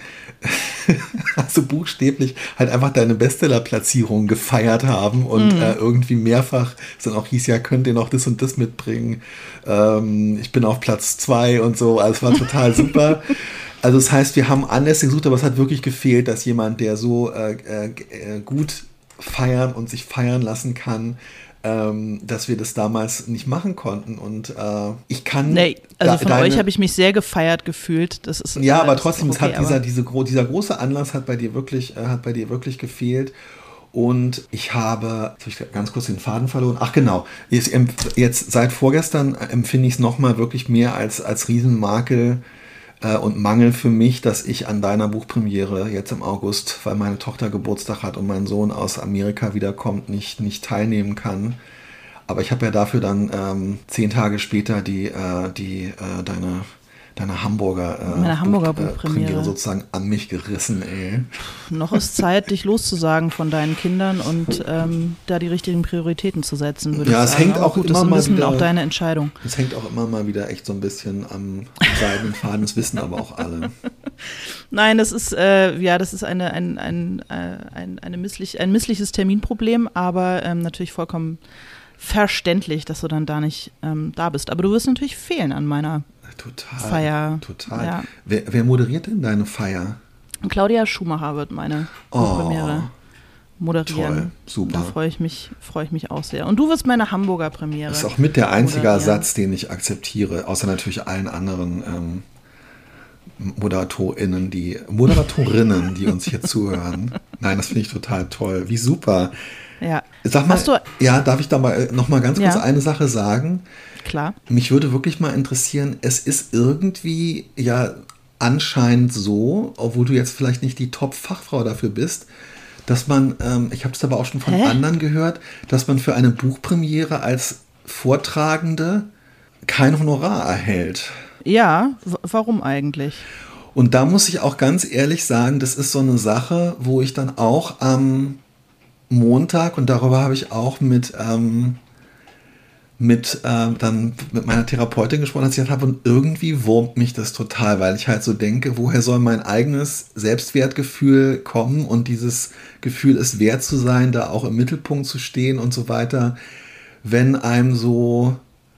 also buchstäblich halt einfach deine Bestseller-Platzierung gefeiert haben und mm. äh, irgendwie mehrfach es dann auch hieß, ja, könnt ihr noch das und das mitbringen. Ähm, ich bin auf Platz zwei und so, also es war total super. Also das heißt, wir haben Anlässe gesucht, aber es hat wirklich gefehlt, dass jemand, der so äh, äh, gut feiern und sich feiern lassen kann, Ähm, dass wir das damals nicht machen konnten und äh, ich kann... Nee, also von deine, euch habe ich mich sehr gefeiert gefühlt. Das ist, ja, äh, aber trotzdem, okay, es hat dieser, diese, dieser große Anlass hat bei dir wirklich, äh, hat bei dir wirklich gefehlt und ich habe, jetzt habe ich ganz kurz den Faden verloren, ach genau, jetzt, jetzt seit vorgestern empfinde ich es nochmal wirklich mehr als, als Riesenmakel und Mangel für mich, dass ich an deiner Buchpremiere jetzt im August, weil meine Tochter Geburtstag hat und mein Sohn aus Amerika wiederkommt, nicht, nicht teilnehmen kann. Aber ich habe ja dafür dann ähm, zehn Tage später die, äh, die äh, deine, deine Hamburger, äh, Meine Hamburger Buch, Buchpremiere äh, sozusagen an mich gerissen, ey. Noch ist Zeit, dich loszusagen von deinen Kindern und ähm, da die richtigen Prioritäten zu setzen, würde ja, ich sagen. Ja, es hängt auch gut, immer das ist ein bisschen mal wieder, auch deine Entscheidung. Es hängt auch immer mal wieder echt so ein bisschen am seidenen Faden, das wissen aber auch alle. Nein, das ist, äh, ja, das ist eine, ein, ein, ein, eine misslich, ein missliches Terminproblem, aber ähm, natürlich vollkommen verständlich, dass du dann da nicht ähm, da bist. Aber du wirst natürlich fehlen an meiner Total, Feier. Total. Ja. Wer, wer moderiert denn deine Feier? Claudia Schumacher wird meine oh, Premiere moderieren. Toll, super. Da freue ich mich, freue ich mich auch sehr. Und du wirst meine Hamburger Premiere. Das ist auch mit der einzige Ersatz, den ich akzeptiere, außer natürlich allen anderen ähm, ModeratorInnen, die Moderatorinnen, die uns hier zuhören. Nein, das finde ich total toll. Wie super. Ja. Sag mal, Hast du, ja, darf ich da mal noch mal ganz kurz ja. eine Sache sagen? Klar. Mich würde wirklich mal interessieren, es ist irgendwie ja anscheinend so, obwohl du jetzt vielleicht nicht die Top-Fachfrau dafür bist, dass man, ähm, ich habe es aber auch schon von Hä? anderen gehört, dass man für eine Buchpremiere als Vortragende kein Honorar erhält. Ja, w- warum eigentlich? Und da muss ich auch ganz ehrlich sagen, das ist so eine Sache, wo ich dann auch am Montag, und darüber habe ich auch mit, ähm, mit, äh, dann mit meiner Therapeutin gesprochen, als ich gesagt habe, und irgendwie wurmt mich das total, weil ich halt so denke, woher soll mein eigenes Selbstwertgefühl kommen und dieses Gefühl, es wert zu sein, da auch im Mittelpunkt zu stehen und so weiter, wenn einem so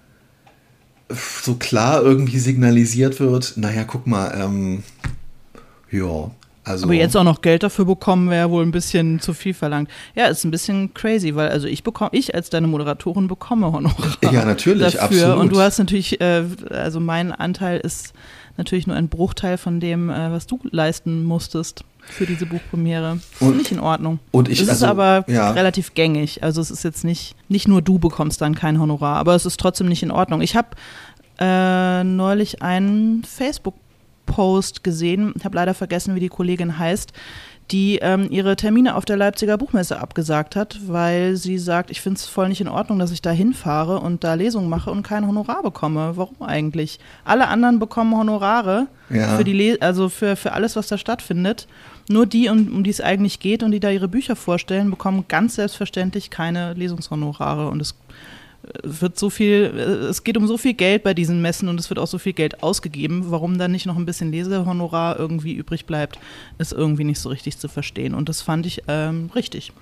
so klar irgendwie signalisiert wird, naja, guck mal, ähm, ja, also. Aber jetzt auch noch Geld dafür bekommen, wäre wohl ein bisschen zu viel verlangt. Ja, ist ein bisschen crazy, weil also ich bekomme, ich als deine Moderatorin bekomme Honorar. Ja, natürlich, dafür. Absolut. Und du hast natürlich, äh, also mein Anteil ist natürlich nur ein Bruchteil von dem, äh, was du leisten musstest für diese Buchpremiere. Das ist nicht in Ordnung. Und ich, es ist also, aber ja. relativ gängig. Also es ist jetzt nicht, nicht nur du bekommst dann kein Honorar, aber es ist trotzdem nicht in Ordnung. Ich habe äh, neulich einen Facebook-Post gesehen, ich habe leider vergessen, wie die Kollegin heißt, die ähm, ihre Termine auf der Leipziger Buchmesse abgesagt hat, weil sie sagt, ich finde es voll nicht in Ordnung, dass ich da hinfahre und da Lesungen mache und kein Honorar bekomme. Warum eigentlich? Alle anderen bekommen Honorare Ja. für die Le- also für, für alles, was da stattfindet. Nur die, um, um die es eigentlich geht und die da ihre Bücher vorstellen, bekommen ganz selbstverständlich keine Lesungshonorare. Und es wird so viel, es geht um so viel Geld bei diesen Messen und es wird auch so viel Geld ausgegeben. Warum dann nicht noch ein bisschen Lesehonorar irgendwie übrig bleibt, ist irgendwie nicht so richtig zu verstehen. Und das fand ich ähm, richtig.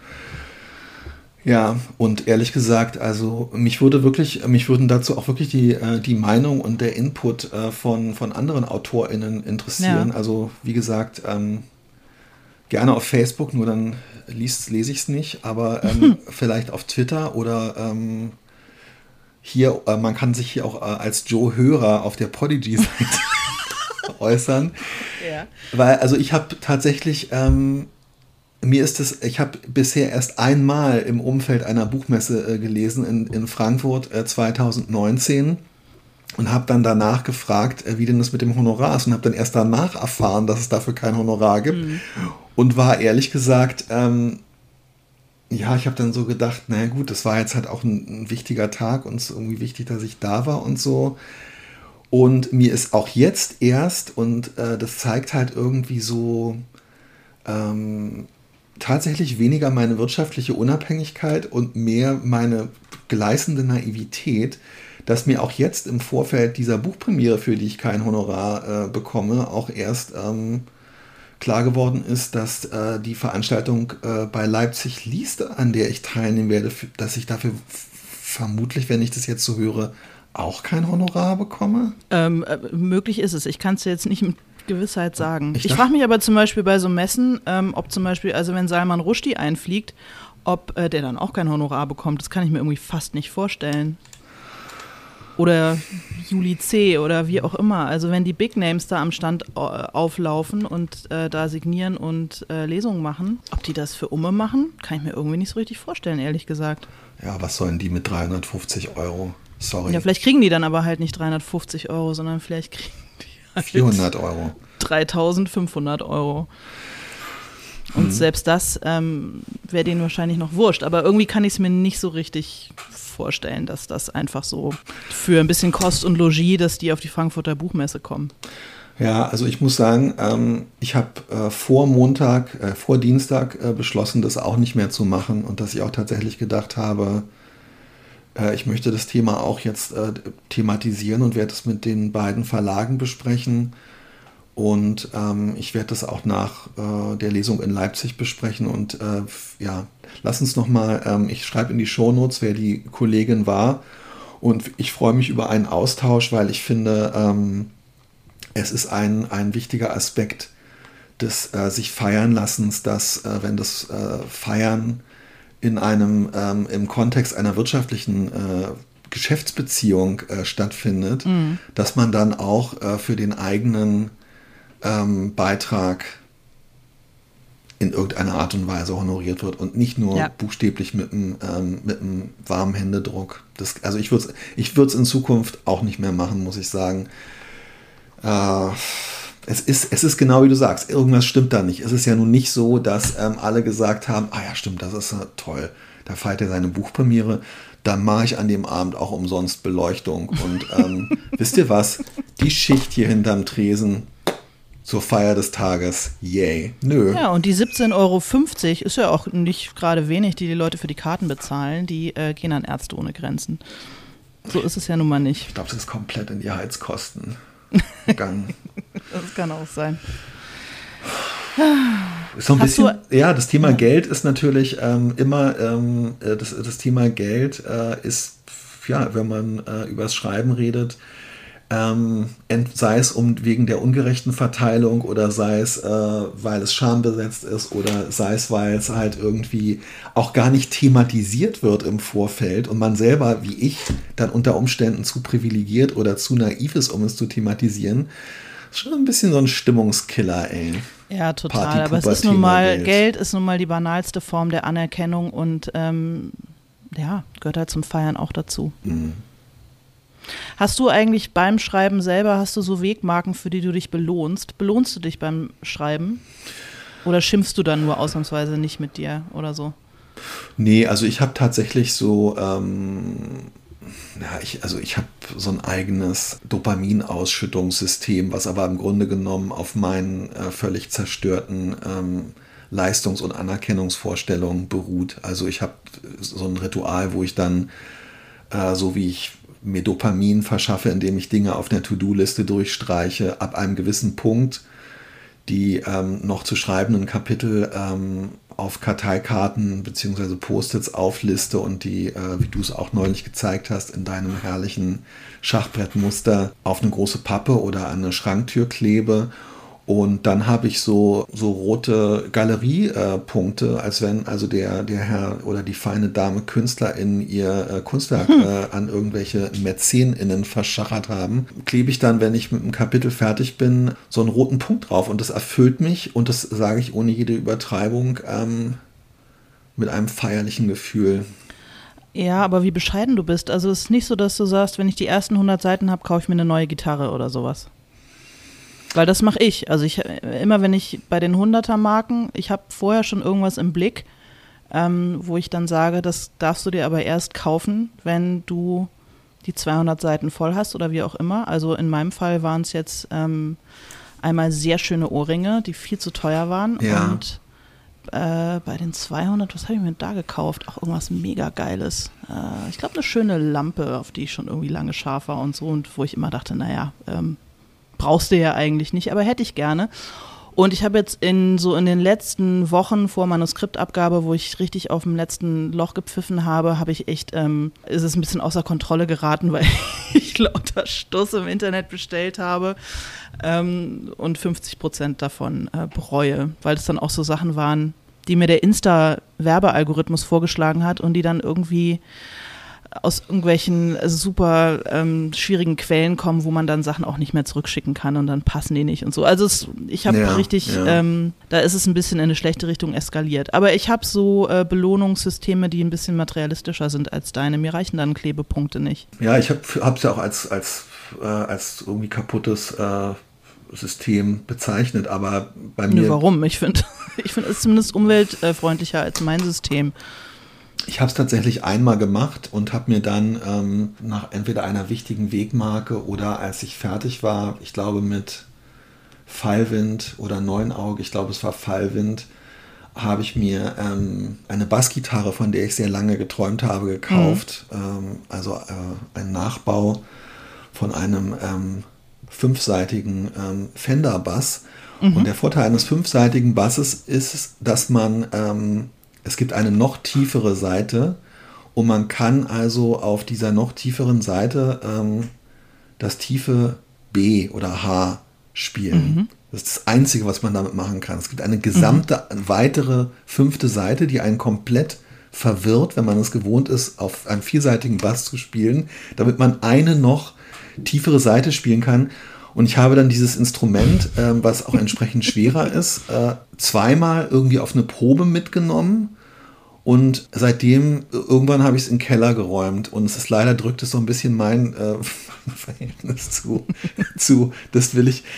Ja, und ehrlich gesagt, also mich würde wirklich, mich würden dazu auch wirklich die, äh, die Meinung und der Input äh, von, von anderen AutorInnen interessieren. Ja. Also wie gesagt, ähm, gerne auf Facebook, nur dann liest, lese ich es nicht, aber ähm, vielleicht auf Twitter oder ähm, hier, äh, man kann sich hier auch äh, als Joe Hörer auf der Podigy-Seite äußern. Ja. Weil, also ich habe tatsächlich, ähm, mir ist es, ich habe bisher erst einmal im Umfeld einer Buchmesse äh, gelesen in, in Frankfurt äh, zwanzig neunzehn und habe dann danach gefragt, äh, wie denn das mit dem Honorar ist und habe dann erst danach erfahren, dass es dafür kein Honorar gibt Mhm. und war ehrlich gesagt, ähm, ja, ich habe dann so gedacht, naja gut, das war jetzt halt auch ein, ein wichtiger Tag und es ist irgendwie wichtig, dass ich da war und so. Und mir ist auch jetzt erst, und äh, das zeigt halt irgendwie so ähm, tatsächlich weniger meine wirtschaftliche Unabhängigkeit und mehr meine gleißende Naivität, dass mir auch jetzt im Vorfeld dieser Buchpremiere, für die ich kein Honorar äh, bekomme, auch erst ähm, klar geworden ist, dass äh, die Veranstaltung äh, bei Leipzig liest, an der ich teilnehmen werde, f- dass ich dafür f- vermutlich, wenn ich das jetzt so höre, auch kein Honorar bekomme. Ähm, äh, möglich ist es. Ich kann es dir jetzt nicht mit Gewissheit sagen. Ich Ich, dacht- frage mich aber zum Beispiel bei so Messen, ähm, ob zum Beispiel, also wenn Salman Rushdie einfliegt, ob äh, der dann auch kein Honorar bekommt. Das kann ich mir irgendwie fast nicht vorstellen. Oder Juli C. oder wie auch immer. Also wenn die Big Names da am Stand äh, auflaufen und äh, da signieren und äh, Lesungen machen, ob die das für Umme machen, kann ich mir irgendwie nicht so richtig vorstellen, ehrlich gesagt. Ja, was sollen die mit dreihundertfünfzig Euro? Sorry. Ja, vielleicht kriegen die dann aber halt nicht dreihundertfünfzig Euro, sondern vielleicht kriegen die halt vierhundert Euro. dreitausendfünfhundert Euro. Und Hm. selbst das ähm, wäre denen wahrscheinlich noch wurscht. Aber irgendwie kann ich es mir nicht so richtig vorstellen, dass das einfach so für ein bisschen Kost und Logis, dass die auf die Frankfurter Buchmesse kommen. Ja, also ich muss sagen, ähm, ich habe äh, vor Montag, äh, vor Dienstag äh, beschlossen, das auch nicht mehr zu machen und dass ich auch tatsächlich gedacht habe, äh, ich möchte das Thema auch jetzt äh, thematisieren und werde es mit den beiden Verlagen besprechen. Und ähm, ich werde das auch nach äh, der Lesung in Leipzig besprechen. Und äh, f- ja, lass uns nochmal, ähm, ich schreibe in die Shownotes, wer die Kollegin war. Und ich freue mich über einen Austausch, weil ich finde, ähm, es ist ein, ein wichtiger Aspekt des äh, sich feiern lassens, dass äh, wenn das äh, Feiern in einem, ähm, im Kontext einer wirtschaftlichen äh, Geschäftsbeziehung äh, stattfindet, Mhm. dass man dann auch äh, für den eigenen ähm, Beitrag in irgendeiner Art und Weise honoriert wird und nicht nur Ja. buchstäblich mit einem ähm, mit einem warmen Händedruck. Das, also ich würde es ich würd's in Zukunft auch nicht mehr machen, muss ich sagen. Äh, es ist, es ist genau wie du sagst, irgendwas stimmt da nicht. Es ist ja nun nicht so, dass ähm, alle gesagt haben, ah ja stimmt, das ist ja toll, da feiert er seine Buchpremiere, dann mache ich an dem Abend auch umsonst Beleuchtung. Und ähm, wisst ihr was, die Schicht hier hinterm Tresen zur Feier des Tages, yay, nö. Ja, und die siebzehn Euro fünfzig ist ja auch nicht gerade wenig, die die Leute für die Karten bezahlen. Die äh, gehen an Ärzte ohne Grenzen. So ist es ja nun mal nicht. Ich glaube, das ist komplett in die Heizkosten gegangen. Das kann auch sein. Ist so ein Hast bisschen, du- ja, das Thema Ja. Geld ist natürlich ähm, immer, ähm, äh, das, das Thema Geld äh, ist, ja, wenn man äh, über das Schreiben redet, ähm, ent, sei es um wegen der ungerechten Verteilung oder sei es, äh, weil es schambesetzt ist oder sei es, weil es halt irgendwie auch gar nicht thematisiert wird im Vorfeld und man selber, wie ich, dann unter Umständen zu privilegiert oder zu naiv ist, um es zu thematisieren. Ist schon ein bisschen so ein Stimmungskiller, ey. Ja, total. Party, Aber es Pupa, ist nun Thema mal, Geld. Geld ist nun mal die banalste Form der Anerkennung und ähm, ja, gehört halt zum Feiern auch dazu. Mhm. Hast du eigentlich beim Schreiben selber, hast du so Wegmarken, für die du dich belohnst? Belohnst du dich beim Schreiben? Oder schimpfst du dann nur ausnahmsweise nicht mit dir oder so? Nee, also ich habe tatsächlich so, ähm, ja, ich, also ich habe so ein eigenes Dopaminausschüttungssystem, was aber im Grunde genommen auf meinen äh, völlig zerstörten ähm, Leistungs- und Anerkennungsvorstellungen beruht. Also ich habe so ein Ritual, wo ich dann, äh, so wie ich mir Dopamin verschaffe, indem ich Dinge auf der To-Do-Liste durchstreiche, ab einem gewissen Punkt die ähm, noch zu schreibenden Kapitel ähm, auf Karteikarten bzw. Post-its aufliste und die, äh, wie du es auch neulich gezeigt hast, in deinem herrlichen Schachbrettmuster auf eine große Pappe oder an eine Schranktür klebe. Und dann habe ich so, so rote Galeriepunkte, äh, als wenn also der, der Herr oder die feine Dame KünstlerInnen ihr äh, Kunstwerk hm. äh, an irgendwelche MäzenInnen verschachert haben. Klebe ich dann, wenn ich mit dem Kapitel fertig bin, so einen roten Punkt drauf. Und das erfüllt mich, und das sage ich ohne jede Übertreibung, ähm, mit einem feierlichen Gefühl. Ja, aber wie bescheiden du bist. Also es ist nicht so, dass du sagst, wenn ich die ersten hundert Seiten habe, kaufe ich mir eine neue Gitarre oder sowas. Weil das mache ich. Also ich immer, wenn ich bei den hunderter-Marken, ich habe vorher schon irgendwas im Blick, ähm, wo ich dann sage, das darfst du dir aber erst kaufen, wenn du die zweihundert Seiten voll hast oder wie auch immer. Also in meinem Fall waren es jetzt ähm, einmal sehr schöne Ohrringe, die viel zu teuer waren. Ja. Und äh, bei den zweihundert, was habe ich mir da gekauft? Auch irgendwas mega Geiles. Äh, ich glaube, eine schöne Lampe, auf die ich schon irgendwie lange scharf war und so. Und wo ich immer dachte, naja, ähm, brauchst du ja eigentlich nicht, aber hätte ich gerne. Und ich habe jetzt in so in den letzten Wochen vor Manuskriptabgabe, wo ich richtig auf dem letzten Loch gepfiffen habe, habe ich echt, ähm, ist es ein bisschen außer Kontrolle geraten, weil ich lauter Stuss im Internet bestellt habe ähm, und fünfzig Prozent davon äh, bereue, weil es dann auch so Sachen waren, die mir der Insta-Werbealgorithmus vorgeschlagen hat und die dann irgendwie aus irgendwelchen super ähm, schwierigen Quellen kommen, wo man dann Sachen auch nicht mehr zurückschicken kann und dann passen die nicht und so. Also es, ich habe ja, richtig, ja. Ähm, da ist es ein bisschen in eine schlechte Richtung eskaliert. Aber ich habe so äh, Belohnungssysteme, die ein bisschen materialistischer sind als deine. Mir reichen dann Klebepunkte nicht. Ja, ich habe es ja auch als, als, äh, als irgendwie kaputtes äh, System bezeichnet, aber bei mir... Nee, warum? Ich finde, ich find, es ist zumindest umweltfreundlicher als mein System. Ich habe es tatsächlich einmal gemacht und habe mir dann ähm, nach entweder einer wichtigen Wegmarke oder als ich fertig war, ich glaube mit Fallwind oder Neunauge, ich glaube es war Fallwind, habe ich mir ähm, eine Bassgitarre, von der ich sehr lange geträumt habe, gekauft. Mhm. Ähm, also äh, ein Nachbau von einem ähm, fünfseitigen ähm, Fender-Bass. Mhm. Und der Vorteil eines fünfseitigen Basses ist, dass man... Ähm, Es gibt eine noch tiefere Seite und man kann also auf dieser noch tieferen Seite ähm, das tiefe B oder H spielen. Mhm. Das ist das Einzige, was man damit machen kann. Es gibt eine gesamte mhm. weitere fünfte Seite, die einen komplett verwirrt, wenn man es gewohnt ist, auf einem vierseitigen Bass zu spielen, damit man eine noch tiefere Seite spielen kann. Und ich habe dann dieses Instrument, äh, was auch entsprechend schwerer ist, äh, zweimal irgendwie auf eine Probe mitgenommen. Und seitdem, irgendwann habe ich es in den Keller geräumt. Und es ist leider, drückt es so ein bisschen mein äh, Verhältnis zu, zu, das will ich...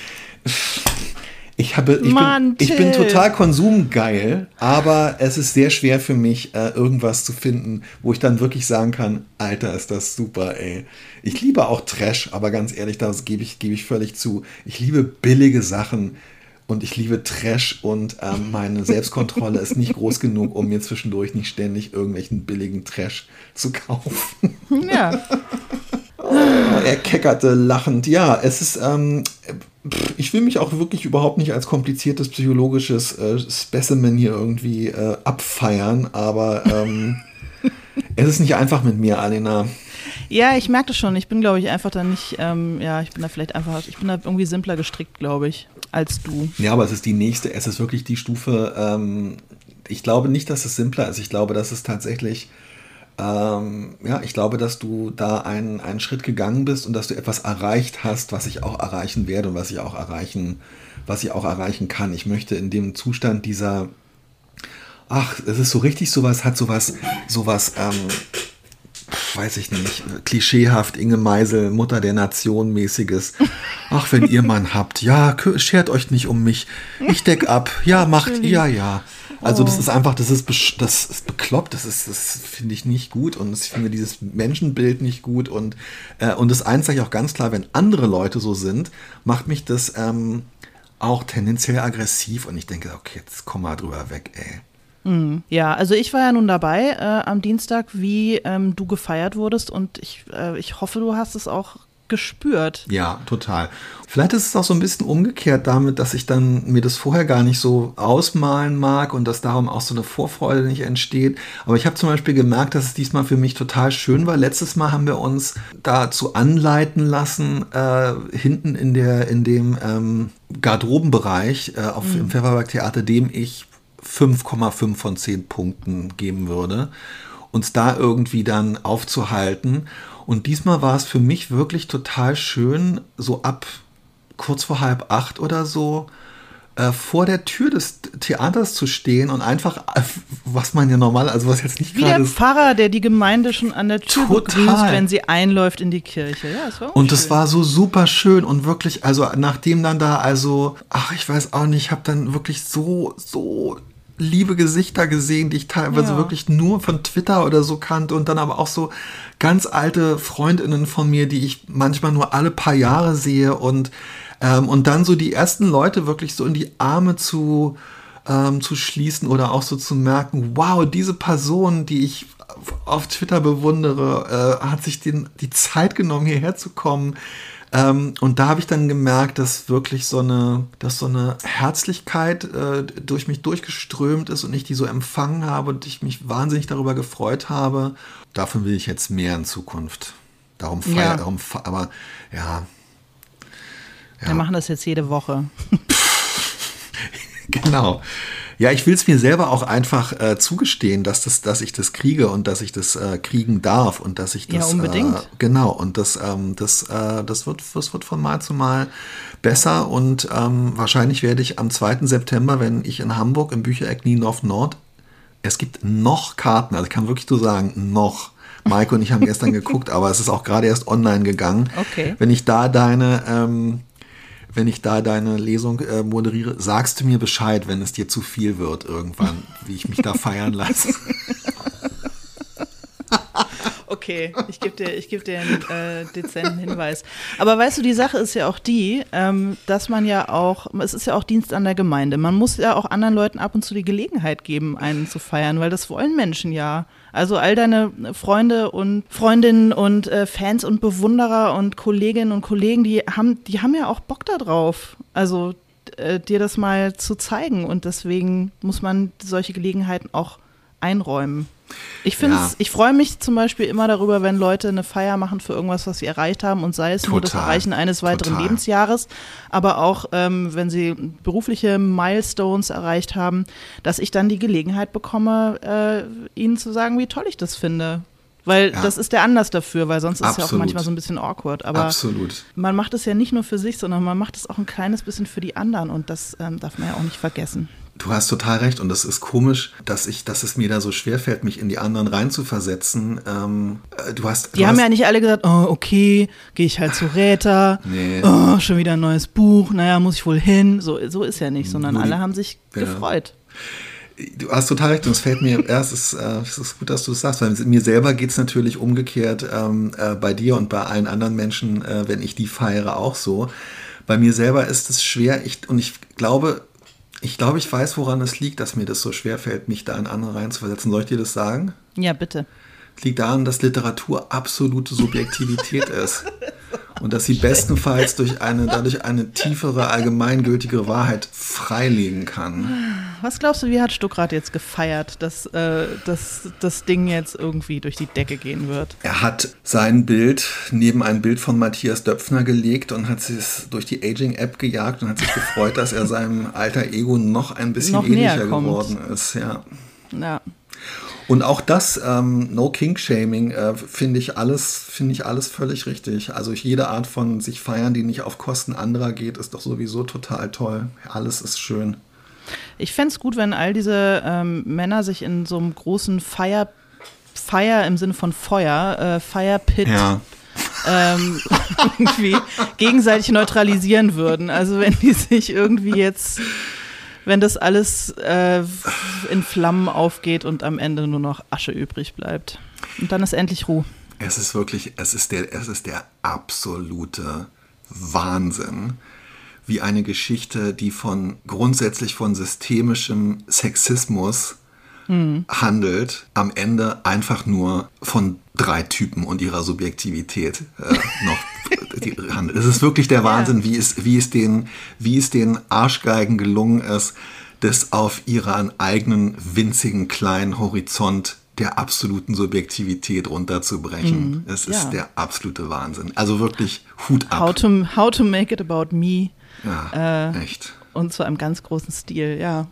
Ich, habe, ich, Mann, bin, ich bin total konsumgeil, aber es ist sehr schwer für mich, äh, irgendwas zu finden, wo ich dann wirklich sagen kann, Alter, ist das super, ey. Ich liebe auch Trash, aber ganz ehrlich, das gebe ich, gebe ich völlig zu. Ich liebe billige Sachen und ich liebe Trash und ähm, meine Selbstkontrolle ist nicht groß genug, um mir zwischendurch nicht ständig irgendwelchen billigen Trash zu kaufen. Ja. Er keckerte lachend. Ja, es ist... Ähm, ich will mich auch wirklich überhaupt nicht als kompliziertes psychologisches äh, Specimen hier irgendwie äh, abfeiern, aber ähm, es ist nicht einfach mit mir, Alena. Ja, ich merke das schon. Ich bin, glaube ich, einfach da nicht, ähm, ja, ich bin da vielleicht einfach, ich bin da irgendwie simpler gestrickt, glaube ich, als du. Ja, aber es ist die nächste, es ist wirklich die Stufe, ähm, ich glaube nicht, dass es simpler ist. Ich glaube, dass es tatsächlich Ähm, ja, ich glaube, dass du da einen, einen Schritt gegangen bist und dass du etwas erreicht hast, was ich auch erreichen werde und was ich auch erreichen, was ich auch erreichen kann. Ich möchte in dem Zustand dieser, ach, es ist so richtig sowas, hat sowas, sowas, ähm, weiß ich nicht, klischeehaft Inge Meisel, Mutter der Nation mäßiges. Ach, wenn ihr Mann habt, ja, schert euch nicht um mich. Ich deck ab. Ja, macht, ja, ja. Also das ist einfach, das ist, das ist bekloppt, das ist, das finde ich nicht gut und ich finde dieses Menschenbild nicht gut und, äh, und das eins sage ich auch ganz klar, wenn andere Leute so sind, macht mich das ähm, auch tendenziell aggressiv und ich denke, okay, jetzt komm mal drüber weg, ey. Ja, also ich war ja nun dabei äh, am Dienstag, wie ähm, du gefeiert wurdest und ich, äh, ich hoffe, du hast es auch gespürt. Ja, total. Vielleicht ist es auch so ein bisschen umgekehrt damit, dass ich dann mir das vorher gar nicht so ausmalen mag und dass darum auch so eine Vorfreude nicht entsteht. Aber ich habe zum Beispiel gemerkt, dass es diesmal für mich total schön war. Letztes Mal haben wir uns dazu anleiten lassen, äh, hinten in der in dem ähm, Garderobenbereich äh, auf, mhm. im Pfefferberg-Theater, dem ich fünf Komma fünf von zehn Punkten geben würde, uns da irgendwie dann aufzuhalten. Und diesmal war es für mich wirklich total schön, so ab kurz vor halb acht oder so, äh, vor der Tür des Theaters zu stehen und einfach, äh, was man ja normal, also was jetzt nicht gerade... Wie der Pfarrer, der die Gemeinde schon an der Tür total begrüßt, wenn sie einläuft in die Kirche. Ja, das war auch und das schön. war so super schön und wirklich, also nachdem dann da, also, ach, ich weiß auch nicht, ich habe dann wirklich so, so... liebe Gesichter gesehen, die ich teilweise ja. wirklich nur von Twitter oder so kannte und dann aber auch so ganz alte Freundinnen von mir, die ich manchmal nur alle paar Jahre sehe und, ähm, und dann so die ersten Leute wirklich so in die Arme zu, ähm, zu schließen oder auch so zu merken, wow, diese Person, die ich auf Twitter bewundere, äh, hat sich den, die Zeit genommen, hierher zu kommen. Ähm, und da habe ich dann gemerkt, dass wirklich so eine, dass so eine Herzlichkeit äh, durch mich durchgeströmt ist und ich die so empfangen habe und ich mich wahnsinnig darüber gefreut habe. Davon will ich jetzt mehr in Zukunft. Darum feiern, ja. darum, aber ja. ja. Wir machen das jetzt jede Woche. Genau. Ja, ich will es mir selber auch einfach äh, zugestehen, dass, das, dass ich das kriege und dass ich das äh, kriegen darf und dass ich das... Ja, unbedingt. Äh, genau, und das, ähm, das, äh, das, wird, das wird von Mal zu Mal besser und ähm, wahrscheinlich werde ich am zweiten September, wenn ich in Hamburg im Büchereck Niendorf Nord, es gibt noch Karten, also ich kann wirklich so sagen, noch. Maike und ich haben gestern geguckt, aber es ist auch gerade erst online gegangen. Okay. Wenn ich da deine... Ähm, Wenn ich da deine Lesung äh, moderiere, sagst du mir Bescheid, wenn es dir zu viel wird irgendwann, wie ich mich da feiern lasse. Okay, ich gebe dir, ich geb dir einen äh, dezenten Hinweis. Aber weißt du, die Sache ist ja auch die, ähm, dass man ja auch, es ist ja auch Dienst an der Gemeinde. Man muss ja auch anderen Leuten ab und zu die Gelegenheit geben, einen zu feiern, weil das wollen Menschen ja. Also all deine Freunde und Freundinnen und äh, Fans und Bewunderer und Kolleginnen und Kollegen, die haben, die haben ja auch Bock da drauf. Also äh, dir das mal zu zeigen und deswegen muss man solche Gelegenheiten auch einräumen. Ich finde Ja. ich freue mich zum Beispiel immer darüber, wenn Leute eine Feier machen für irgendwas, was sie erreicht haben und sei es nur das Total. Erreichen eines weiteren Total. Lebensjahres, aber auch ähm, wenn sie berufliche Milestones erreicht haben, dass ich dann die Gelegenheit bekomme, äh, ihnen zu sagen, wie toll ich das finde. Weil Ja. das ist der Anlass dafür, weil sonst ist es ja auch Absolut. manchmal so ein bisschen awkward. Aber Absolut. man macht es ja nicht nur für sich, sondern man macht es auch ein kleines bisschen für die anderen und das ähm, darf man ja auch nicht vergessen. Du hast total recht und das ist komisch, dass ich, dass es mir da so schwerfällt, mich in die anderen reinzuversetzen. Ähm, äh, du hast, Die du haben hast, ja nicht alle gesagt, oh, okay, gehe ich halt zu Räter, Nee. oh, schon wieder ein neues Buch, naja, muss ich wohl hin. So, so ist ja nicht, sondern Nur die- alle haben sich Ja. gefreut. Du hast total recht und es fällt mir, ja, es ist, äh, es ist gut, dass du es sagst, weil mir selber geht es natürlich umgekehrt ähm, äh, bei dir und bei allen anderen Menschen, äh, wenn ich die feiere, auch so. Bei mir selber ist es schwer ich, und ich glaube, ich glaube, ich weiß, woran es liegt, dass mir das so schwer fällt, mich da in andere reinzuversetzen. Soll ich dir das sagen? Ja, bitte. Es liegt daran, dass Literatur absolute Subjektivität ist. Und dass sie bestenfalls durch eine, dadurch eine tiefere, allgemeingültige Wahrheit freilegen kann. Was glaubst du, wie hat Stuckrad jetzt gefeiert, dass, äh, dass das Ding jetzt irgendwie durch die Decke gehen wird? Er hat sein Bild neben ein Bild von Matthias Döpfner gelegt und hat es durch die Aging-App gejagt und hat sich gefreut, dass er seinem alter Ego noch ein bisschen Noch näher ähnlicher kommt. geworden ist. Ja. Ja. Und auch das ähm, No-King-Shaming äh, finde ich alles, finde ich alles völlig richtig. Also jede Art von sich feiern, die nicht auf Kosten anderer geht, ist doch sowieso total toll. Alles ist schön. Ich fände es gut, wenn all diese ähm, Männer sich in so einem großen Feier Fire im Sinne von Feuer, äh, Fire Pit, Ja. ähm, irgendwie gegenseitig neutralisieren würden. Also wenn die sich irgendwie jetzt, wenn das alles äh, in Flammen aufgeht und am Ende nur noch Asche übrig bleibt. Und dann ist endlich Ruhe. Es ist wirklich, es ist der, es ist der absolute Wahnsinn, wie eine Geschichte, die von grundsätzlich von systemischem Sexismus hm. handelt, am Ende einfach nur von drei Typen und ihrer Subjektivität äh, noch die, handelt. Es ist wirklich der Wahnsinn, ja. wie es, wie es den, wie es den Arschgeigen gelungen ist, das auf ihren eigenen winzigen kleinen Horizont der absoluten Subjektivität runterzubrechen. Mm, es ist ja. der absolute Wahnsinn. Also wirklich Hut ab. How to, how to make it about me. Ja, äh, echt. Und zwar im ganz großen Stil, ja.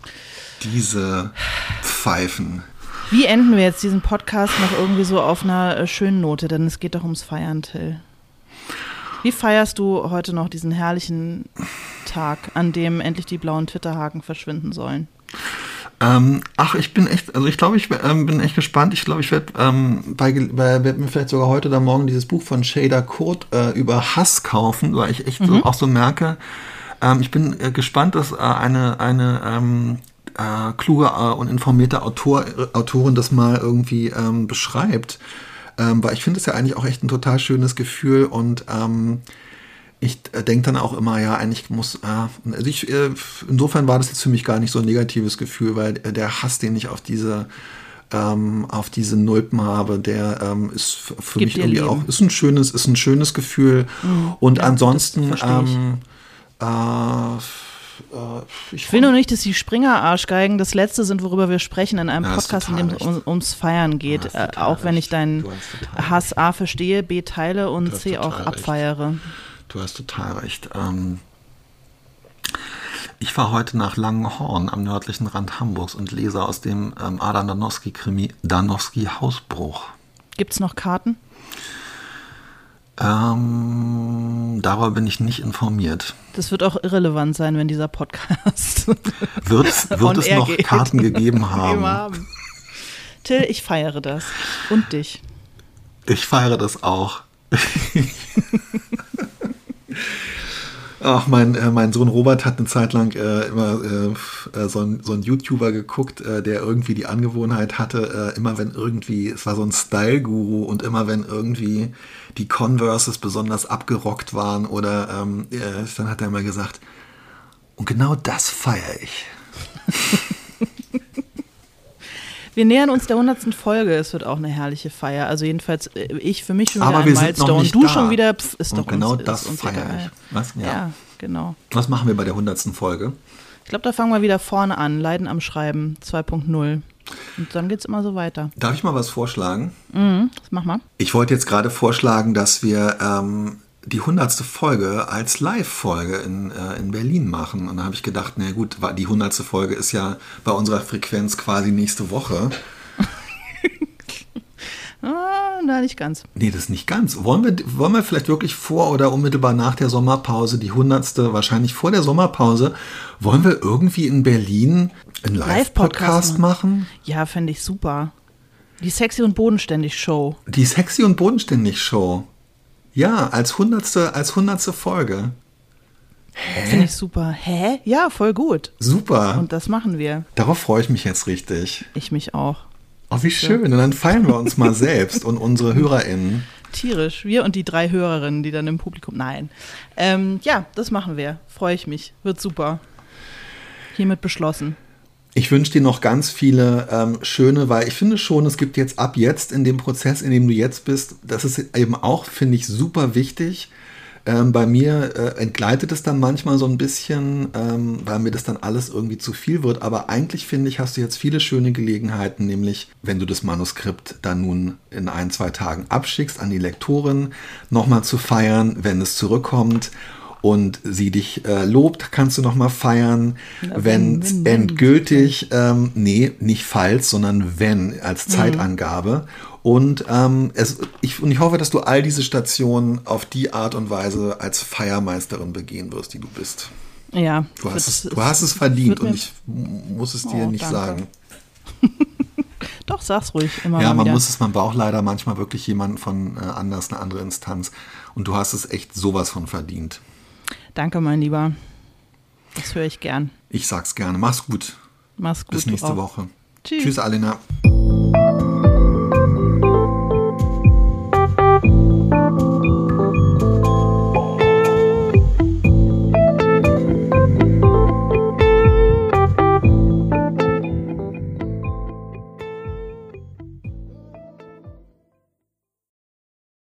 Diese Pfeifen. Wie enden wir jetzt diesen Podcast noch irgendwie so auf einer äh, schönen Note? Denn es geht doch ums Feiern, Till. Wie feierst du heute noch diesen herrlichen Tag, an dem endlich die blauen Twitterhaken verschwinden sollen? Ähm, ach, ich bin echt, also ich glaube, ich ähm, bin echt gespannt. Ich glaube, ich werde ähm, bei, bei, werd mir vielleicht sogar heute oder morgen dieses Buch von Shader Kurt äh, über Hass kaufen, weil ich echt mhm. so, auch so merke, ähm, ich bin äh, gespannt, dass äh, eine, eine ähm, äh, kluge äh, und informierte Autor, Autorin das mal irgendwie ähm, beschreibt. Ähm, weil ich finde es ja eigentlich auch echt ein total schönes Gefühl und ähm, ich denke dann auch immer, ja, eigentlich muss, äh, also ich, äh, insofern war das jetzt für mich gar nicht so ein negatives Gefühl, weil der Hass, den ich auf diese, ähm, auf diese Nulpen habe, der ähm, ist für Gibt mich irgendwie Leben. auch, ist ein schönes, ist ein schönes Gefühl. Mhm. Und ja, ansonsten, ähm, äh, äh, ich, ich will nur nicht, dass die Springer-Arschgeigen das Letzte sind, worüber wir sprechen in einem ja, Podcast, in dem es um, ums Feiern geht. Ja, äh, auch wenn ich deinen Hass A verstehe, B teile und C auch recht. abfeiere. Du hast total recht. Ähm, ich war heute nach Langenhorn am nördlichen Rand Hamburgs und lese aus dem ähm, Adam Danowski-Krimi Danowski Hausbruch. Gibt es noch Karten? Ähm, darüber bin ich nicht informiert. Das wird auch irrelevant sein, wenn dieser Podcast wird es, wird es noch geht. Karten gegeben haben. haben. Till, ich feiere das. Und dich. Ich feiere das auch. Ach, mein, äh, mein Sohn Robert hat eine Zeit lang äh, immer äh, so, ein, so einen YouTuber geguckt, äh, der irgendwie die Angewohnheit hatte, äh, immer wenn irgendwie, es war so ein Style-Guru und immer wenn irgendwie die Converses besonders abgerockt waren oder ähm, äh, dann hat er immer gesagt, und genau das feiere ich. Wir nähern uns der hundertsten Folge. Es wird auch eine herrliche Feier. Also jedenfalls ich für mich schon wieder Aber ein wir Milestone. Sind noch nicht du da. Schon wieder, pf, ist und doch genau uns, das uns feiere egal. ich. Was? Ja. ja, genau. Was machen wir bei der hundertsten Folge? Ich glaube, da fangen wir wieder vorne an. Leiden am Schreiben zwei Punkt null. Und dann geht es immer so weiter. Darf ich mal was vorschlagen? Mhm, das mach mal. Ich wollte jetzt gerade vorschlagen, dass wir ähm, die hundertste Folge als Live-Folge in, äh, in Berlin machen. Und da habe ich gedacht, na gut, die hundertste Folge ist ja bei unserer Frequenz quasi nächste Woche. Ah, nein, nicht ganz. Nee, das ist nicht ganz. Wollen wir, wollen wir vielleicht wirklich vor oder unmittelbar nach der Sommerpause, die hundertste, wahrscheinlich vor der Sommerpause, wollen wir irgendwie in Berlin einen Live-Podcast machen? Ja, fände ich super. Die Sexy und Bodenständig Show. Die Sexy und Bodenständig Show. Ja, als hundertste, als hundertste Folge. Hä? Finde ich super. Hä? Ja, voll gut. Super. Und das machen wir. Darauf freue ich mich jetzt richtig. Ich mich auch. Oh, wie schön. Und dann feiern wir uns mal selbst und unsere HörerInnen. Tierisch. Wir und die drei Hörerinnen, die dann im Publikum. Nein. Ähm, ja, das machen wir. Freue ich mich. Wird super. Hiermit beschlossen. Ich wünsche dir noch ganz viele ähm, schöne, weil ich finde schon, es gibt jetzt ab jetzt in dem Prozess, in dem du jetzt bist, das ist eben auch, finde ich, super wichtig. Ähm, bei mir äh, entgleitet es dann manchmal so ein bisschen, ähm, weil mir das dann alles irgendwie zu viel wird. Aber eigentlich, finde ich, hast du jetzt viele schöne Gelegenheiten, nämlich wenn du das Manuskript dann nun in ein, zwei Tagen abschickst an die Lektorin, nochmal zu feiern, wenn es zurückkommt und sie dich äh, lobt, kannst du nochmal feiern. Ja, wenn es endgültig, ähm, nee, nicht falls, sondern wenn als Zeitangabe. Mhm. Und, ähm, es, ich, und ich hoffe, dass du all diese Stationen auf die Art und Weise als Feiermeisterin begehen wirst, die du bist. Ja. Du hast, es, du hast es verdient und ich muss es dir oh, nicht danke. sagen. Doch, sag's ruhig immer Ja, mal man wieder. muss es, man braucht leider manchmal wirklich jemanden von äh, anders, eine andere Instanz. Und du hast es echt sowas von verdient. Danke, mein Lieber. Das höre ich gern. Ich sag's gerne. Mach's gut. Mach's gut. Bis nächste du auch. Woche. Tschüss. Tschüss, Alena.